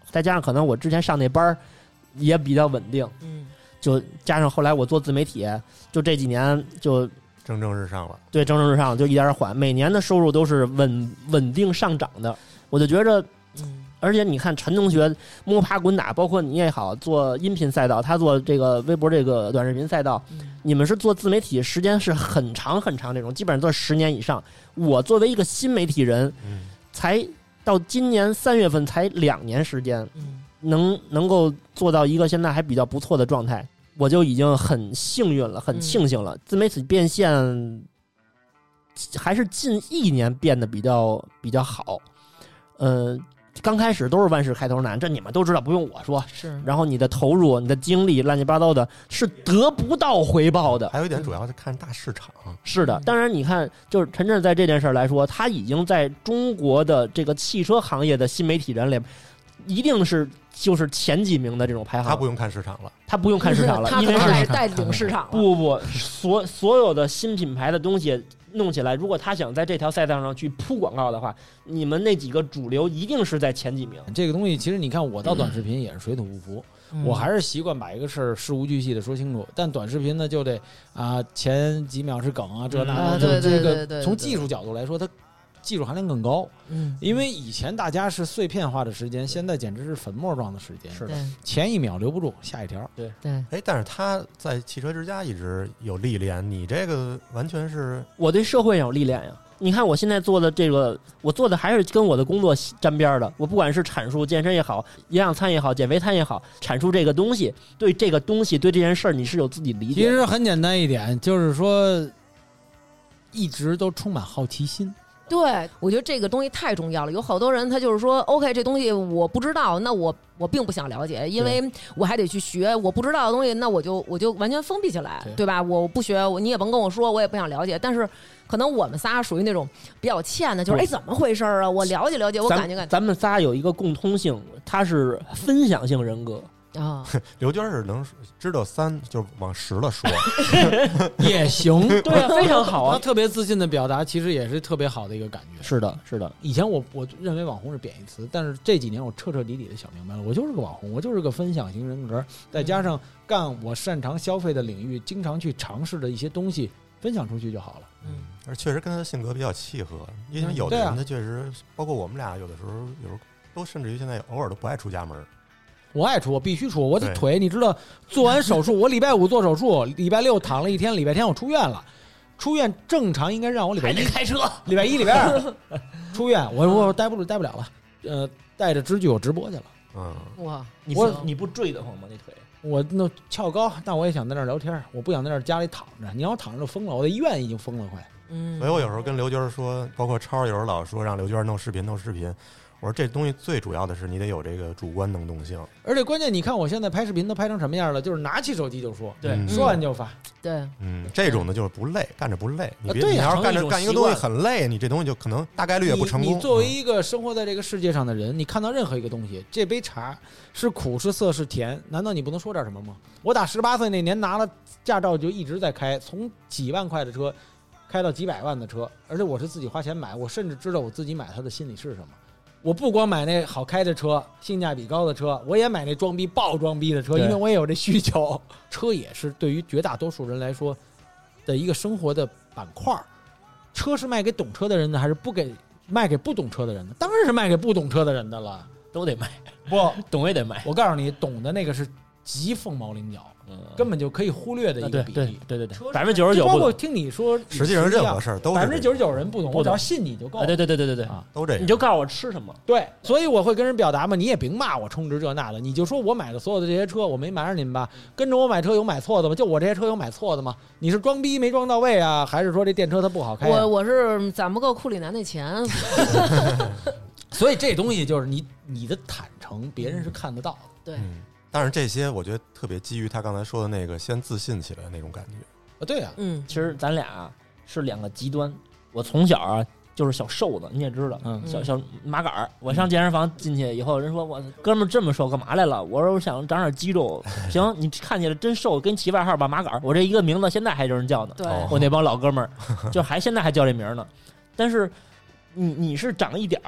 再加上可能我之前上那班也比较稳定，就加上后来我做自媒体，就这几年就蒸蒸日上了。 对，蒸蒸日上，就一点点缓，每年的收入都是稳定上涨的。我就觉着，而且你看陈同学摸爬滚打，包括你也好做音频赛道，他做这个微博这个短视频赛道，你们是做自媒体时间是很长很长这种，基本上都是10年以上。我作为一个新媒体人，才到今年3月份才2年时间，能够做到一个现在还比较不错的状态，我就已经很幸运了，很庆幸了。自媒体变现还是近1年变得比较好，刚开始都是万事开头难，这你们都知道，不用我说。 是， 然后你的投入、你的精力，乱七八糟的，是得不到回报的。 还有一点，主要是看大市场。 是的，当然你看，就是陈震在这件事来说，他已经在中国的这个汽车行业的新媒体人里，一定是就是前几名的这种排行。 他不用看市场了， 他不用看市场了，因为是带领市场了。 不，所有的新品牌的东西弄起来，如果他想在这条赛道上去铺广告的话，你们那几个主流一定是在前几名。 这个东西其实你看，我到短视频也是水土不服，我还是习惯把一个事儿事无巨细的说清楚。但短视频呢，就得前几秒是梗这那的，这个从技术角度来说，它技术含量更高。因为以前大家是碎片化的时间，现在简直是粉末状的时间。 是的， 前一秒留不住，下一条。 对。 但是他在汽车之家一直有历练，你这个完全是我对社会有历练呀。你看我现在做的这个，我做的还是跟我的工作沾边的。我不管是阐述健身也好，营养餐也好，减肥餐也好，阐述这个东西，对这个东西，对这件事儿，你是有自己理解。 其实很简单一点，就是说，一直都充满好奇心。 对，我觉得这个东西太重要了。有好多人他就是说 OK 这东西我不知道，那我并不想了解，因为我还得去学我不知道的东西，那我就完全封闭起来， 对吧？我不学，你也甭跟我说，我也不想了解。但是可能我们仨属于那种比较欠的，就是怎么回事啊？我了解了解，我感觉咱们仨有一个共通性，它是分享性人格。 刘娟是能知道3就往10了说也行， 对啊，非常好啊。 他特别自信的表达，其实也是特别好的一个感觉。 是的，是的。 以前我认为网红是贬义词，但是这几年我彻彻底底的想明白了，我就是个网红，我就是个分享型人格，再加上干我擅长消费的领域，经常去尝试的一些东西，分享出去就好了。 而确实跟他的性格比较契合，因为有的人他确实，包括我们俩有的时候都甚至于现在偶尔都不爱出家门。 我爱出，我必须出。我的腿，你知道，做完手术，我礼拜5做手术，礼拜6躺了1天，礼拜天我出院了。出院正常应该让我礼拜1 开车， 礼拜1、礼拜2出院，我待不了了。带着支具我直播去了。 哇， 你不坠得慌吗？那腿？ 我那翘高，但我也想在那儿聊天，我不想在那儿家里躺着。你让我躺着就疯了，我在医院已经疯了快。 所以我有时候跟刘娟说，包括超有时候老说让刘娟弄视频。我说这东西最主要的是你得有这个主观能动性， 而且关键你看我现在拍视频都拍成什么样了，就是拿起手机就说， 对， 说完就发， 对， 这种的就是不累，干着不累。你要是干一个东西很累，你这东西就可能大概率也不成功。 你作为一个生活在这个世界上的人，你看到任何一个东西，这杯茶是苦是涩是甜，难道你不能说点什么吗？我打18岁那年拿了驾照就一直在开，从几万块的车开到几百万的车，而且我是自己花钱买，我甚至知道我自己买它的心理是什么。我不光买那好开的车，性价比高的车，我也买那爆装逼的车，因为我也有这需求。车也是对于绝大多数人来说的一个生活的板块。车是卖给懂车的人的，还是卖给不懂车的人的？当然是卖给不懂车的人的了， 都得卖。 不懂也得卖。 我告诉你，懂的那个是极凤毛麟角。根本就可以忽略的一个比例， 对，99% 包括听你说， 实际上任何事儿都是 99%人不懂，我只要信你就够了。 对， 都这样。 你就告诉我吃什么。 对，所以我会跟人表达嘛，你也别骂我充值这那的，你就说我买的所有的这些车，我没瞒着你们吧？跟着我买车有买错的吗？就我这些车有买错的吗？你是装逼没装到位啊，还是说这电车它不好开我是攒不够库里南那钱。 所以这东西就是你的坦诚，别人是看得到的。 对。 但是这些我觉得特别基于他刚才说的那个先自信起来那种感觉对啊， 其实咱俩是2个极端。我从小就是小瘦子，你也知道，小麻杆儿。我上健身房进去以后，人说我哥们儿这么瘦干嘛来了？我说我想长点肌肉。行，你看起来真瘦，给你起外号吧，麻杆儿。我这一个名字现在还有人叫呢。 对， 我那帮老哥们儿就现在还叫这名呢。但是你是长一点儿。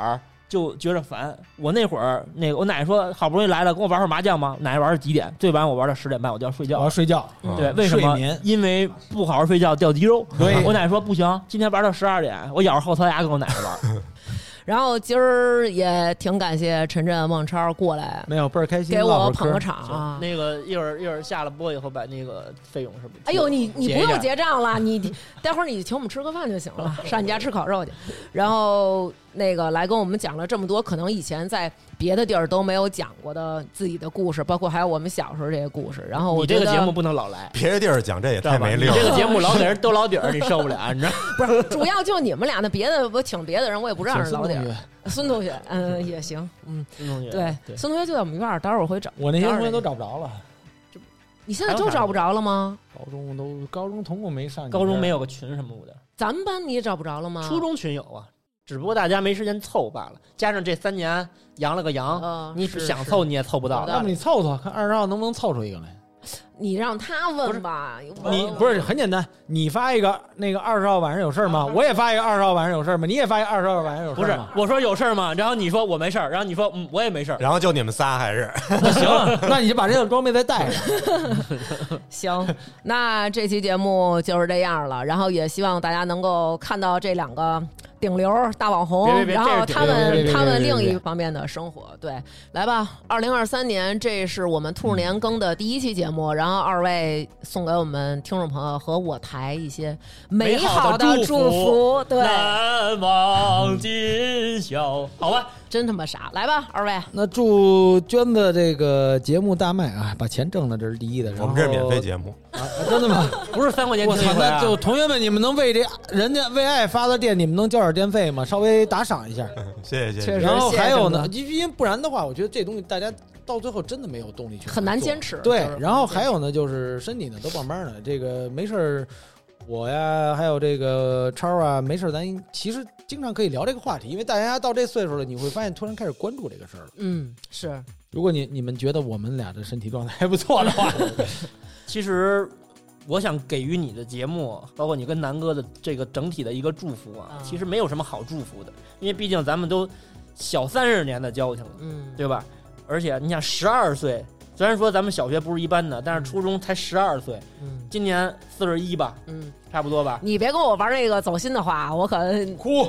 就觉着烦。我那会儿我奶奶说好不容易来了，跟我玩会儿麻将吗？奶奶玩到几点？最晚我玩到10点半，我就要睡觉。 我要睡觉。 对，为什么？因为不好好睡觉掉肌肉。 对， 我奶奶说不行，今天玩到12点，我咬着后槽牙跟我奶奶玩。 然后今儿也挺感谢陈震、孟超过来， 没有倍儿开心， 给我捧个场啊。 那个一会儿下了播以后，把那个费用是不是？ 哎呦，你不用结账了，你待会儿你请我们吃个饭就行了，上你家吃烤肉去。然后那个来跟我们讲了这么多，可能以前在别的地儿都没有讲过的自己的故事，包括还有我们小时候这些故事。然后我觉得你这个节目不能老来， 别的地儿讲这也太没溜。 你这个节目老给人兜老底儿，你受不了，你知道？ 不是，主要就你们俩的，别的我请别的人，我也不让人老底儿。孙同学，也行， 孙同学， 对，孙同学就在我们院儿，待会儿我会找。 我那些同学都找不着了， 你现在都找不着了吗？ 高中同共没上， 高中没有个群什么的。 咱们班你也找不着了吗？ 初中群有啊，只不过大家没时间凑罢了。加上这3年阳了个阳，你想凑你也凑不到。 要么你凑凑，看20号能不能凑出一个来。 你让他问吧， 你不是很简单？你发一个那个20号晚上有事吗？我也发一个20号晚上有事吗？你也发一个20号晚上有事吗？ 不是，我说有事吗？然后你说我没事，然后你说我也没事， 然后就你们仨还是行，那你就把这个装备再带上。 行，那这期节目就是这样了，然后也希望大家能够看到这2个顶流大网红，然后他们另一方面的生活。对，来吧，2023年这是我们兔年更的第1期节目，然后2位送给我们听众朋友和我台一些美好的祝福。对， 难忘今宵，好吧。 真他妈傻，来吧，2位。 那祝娟子这个节目大卖啊，把钱挣了，这是第一的。 我们这是免费节目啊，真的吗？ 不是3块钱听一回啊。 就同学们，你们能为人家为爱发的电，你们能交点电费吗？稍微打赏一下， 谢谢。 确实。 然后还有呢，因为不然的话，我觉得这东西大家到最后真的没有动力去很难坚持。 对，然后还有呢，就是身体呢都棒棒的，这个没事儿。我呀，还有这个超啊，没事，咱其实经常可以聊这个话题，因为大家到这岁数了，你会发现突然开始关注这个事儿了。 是。 如果你们觉得我们俩的身体状态还不错的话， 其实我想给予你的节目，包括你跟南哥的这个整体的一个祝福啊，其实没有什么好祝福的，因为毕竟咱们都小30年的交情了，对吧？而且你想12岁。虽然说咱们小学不是一般的，但是初中才12岁，今年41吧，差不多吧。 你别跟我玩那个走心的话，我可哭。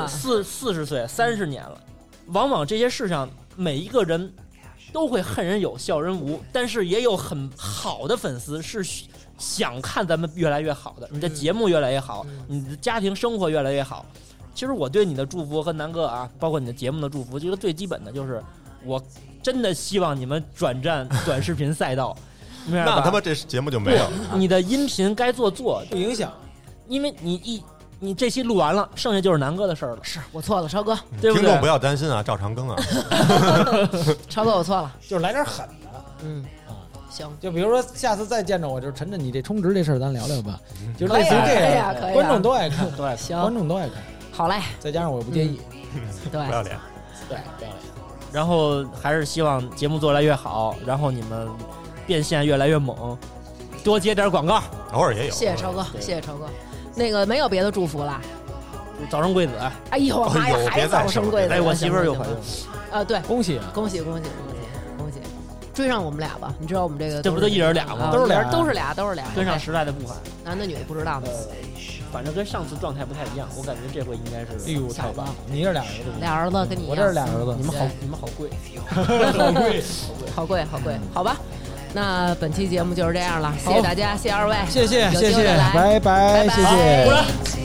40岁，30年了。往往这些事上，每一个人都会恨人有，笑人无，但是也有很好的粉丝是想看咱们越来越好的，你的节目越来越好，你的家庭生活越来越好。其实我对你的祝福和南哥啊，包括你的节目的祝福，这个最基本的就是我。真的希望你们转战短视频赛道， 那他妈这节目就没有了。 你的音频该做不影响， 因为你这期录完了，剩下就是南哥的事儿了。 是我错了，超哥， 对不对？ 听众不要担心啊，照常更啊。 超哥，我错了， 就是来点狠的。 行， 就比如说下次再见着我，就是陈震，你这充值这事儿咱聊聊吧。就是类似于这样，观众都爱看， 都爱看， 观众都爱看。 好嘞， 再加上我又不介意， 对， 不要脸， 对，不要脸。 然后还是希望节目做得越来越好，然后你们变现越来越猛，多接点广告， 偶尔也有。 谢谢超哥，谢谢超哥。那个没有别的祝福了， 早生贵子。 哎呦妈呀，还早生贵子！ 哎，我媳妇儿又怀孕了。对， 恭喜恭喜恭喜恭喜！追上我们俩吧，你知道我们这个这不都一人俩吗？ 都是俩， 跟上时代的步伐。 男的女的不知道的。 反正跟上次状态不太一样，我感觉这回应该是。 哎呦，太棒了！你是俩儿子， 俩儿子跟你一样。 我这是俩儿子， 你们好贵， 好贵，好吧。那本期节目就是这样了，谢谢大家，谢谢2位， 谢谢， 拜拜，谢谢。 鼓掌。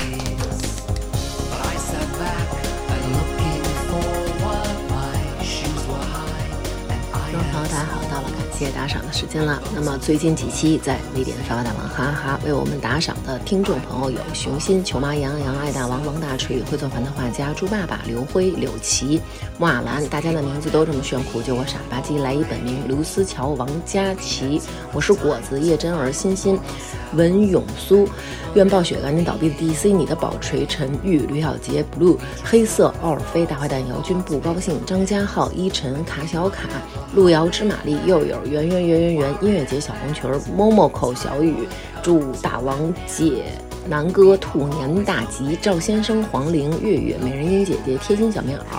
谢谢打赏的时间了。那么最近几期在微店发发大王哈哈为我们打赏的听众朋友有熊心、球妈、杨洋、爱大王、王大锤、会做饭的画家、猪爸爸、刘辉、柳琪、莫亚兰，大家的名字都这么炫酷，就我傻吧唧来一本名刘思乔、王佳琪，我是果子、叶真儿、欣欣、文永苏、愿暴雪赶紧倒闭的 DC、你的宝锤、陈玉、吕小杰、Blue、黑色、奥尔菲、大坏蛋、姚军不高兴、张家浩、依晨、卡小卡、路遥知玛丽、又有圆音乐节小红裙儿、Momoko 小雨，祝大王姐、南哥兔年大吉，赵先生、黄玲、月月、美人音姐姐、贴心小棉袄、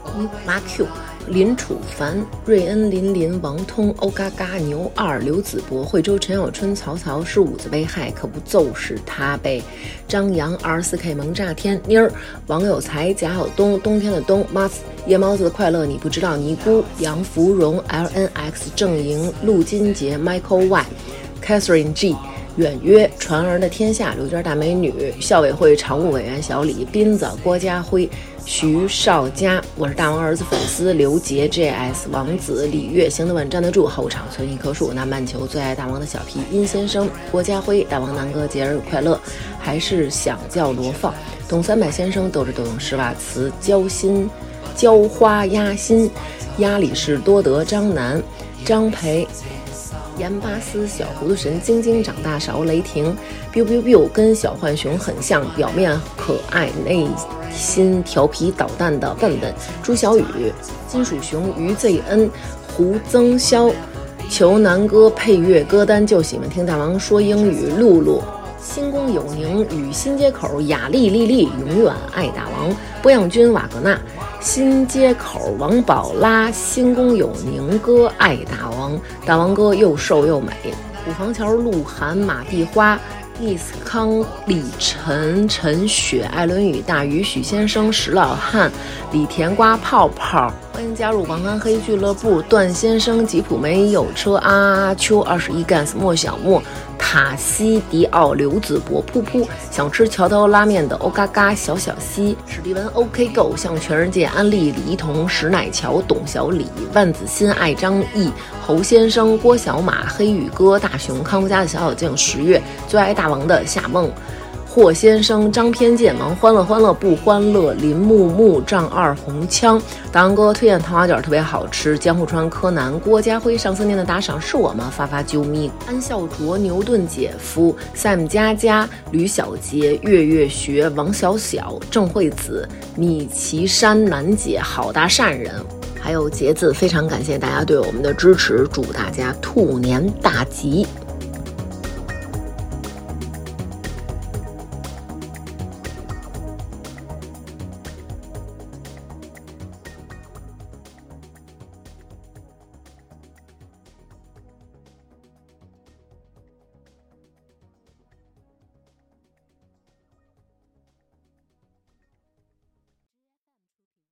马 Q、林楚凡、瑞恩、林林、王通、欧嘎嘎、牛二、刘子博、惠州、陈小春、曹操是五子被害，可不就是他呗？张扬、24K 萌炸天、妮儿、王有才、贾晓东、冬天的冬、Mas、夜猫子的快乐你不知道、尼姑、杨芙蓉、LNX、郑莹、陆金杰、Michael Y、Catherine G、远约、传儿的天下、刘娟大美女、校委会常务委员小李、斌子、郭家辉、徐少佳，我是大王儿子粉丝刘杰、JS、王子、李月，行得稳站得住，后场存一棵树，南半球最爱大王的小皮殷先生、郭家辉，大王南哥节日快乐，还是想叫罗放，董300先生斗着都用施瓦茨、浇花压心、亚里士多德、张楠、张培、盐巴斯、小糊涂神、晶晶长大勺、雷霆、biu biu biu 跟小浣熊很像，表面可爱，内心调皮捣蛋的笨笨、朱小雨、金属熊、于 ZN、胡增潇、求南哥配乐歌单就喜欢听大王说英语，露露、新宫有宁与新街口雅丽丽丽永远爱大王，波漾君瓦格纳、新街口王宝拉、新宫有宁哥爱大王，大王哥又瘦又美，五房桥鹿晗马蒂花、易斯康、李晨、陈雪、艾伦与大鱼、许先生、石老汉、李甜瓜、泡泡，欢迎加入王安黑俱乐部，段先生、吉普梅有车、阿秋、21 Gans、莫小莫、塔西迪奥、刘子博、噗噗，想吃桥头拉面的欧嘎嘎、小小西、史蒂文 OK Go， 向全世界安利李一桐、石乃乔、董小李、万子欣、爱张毅、侯先生、郭小马、黑羽哥、大熊、康夫家的小小静、10月最爱大王的夏梦、霍先生、张偏见、忙欢乐欢乐不欢乐、林木木、丈二红枪，大王哥推荐糖花卷特别好吃，江户川柯南、郭家辉上4年的打赏是我吗？发发啾咪、安孝卓、牛顿姐夫、Sam 佳佳、吕小杰、月月学、王小小、郑惠子、米奇山、楠姐、好大善人，还有杰子，非常感谢大家对我们的支持，祝大家兔年大吉。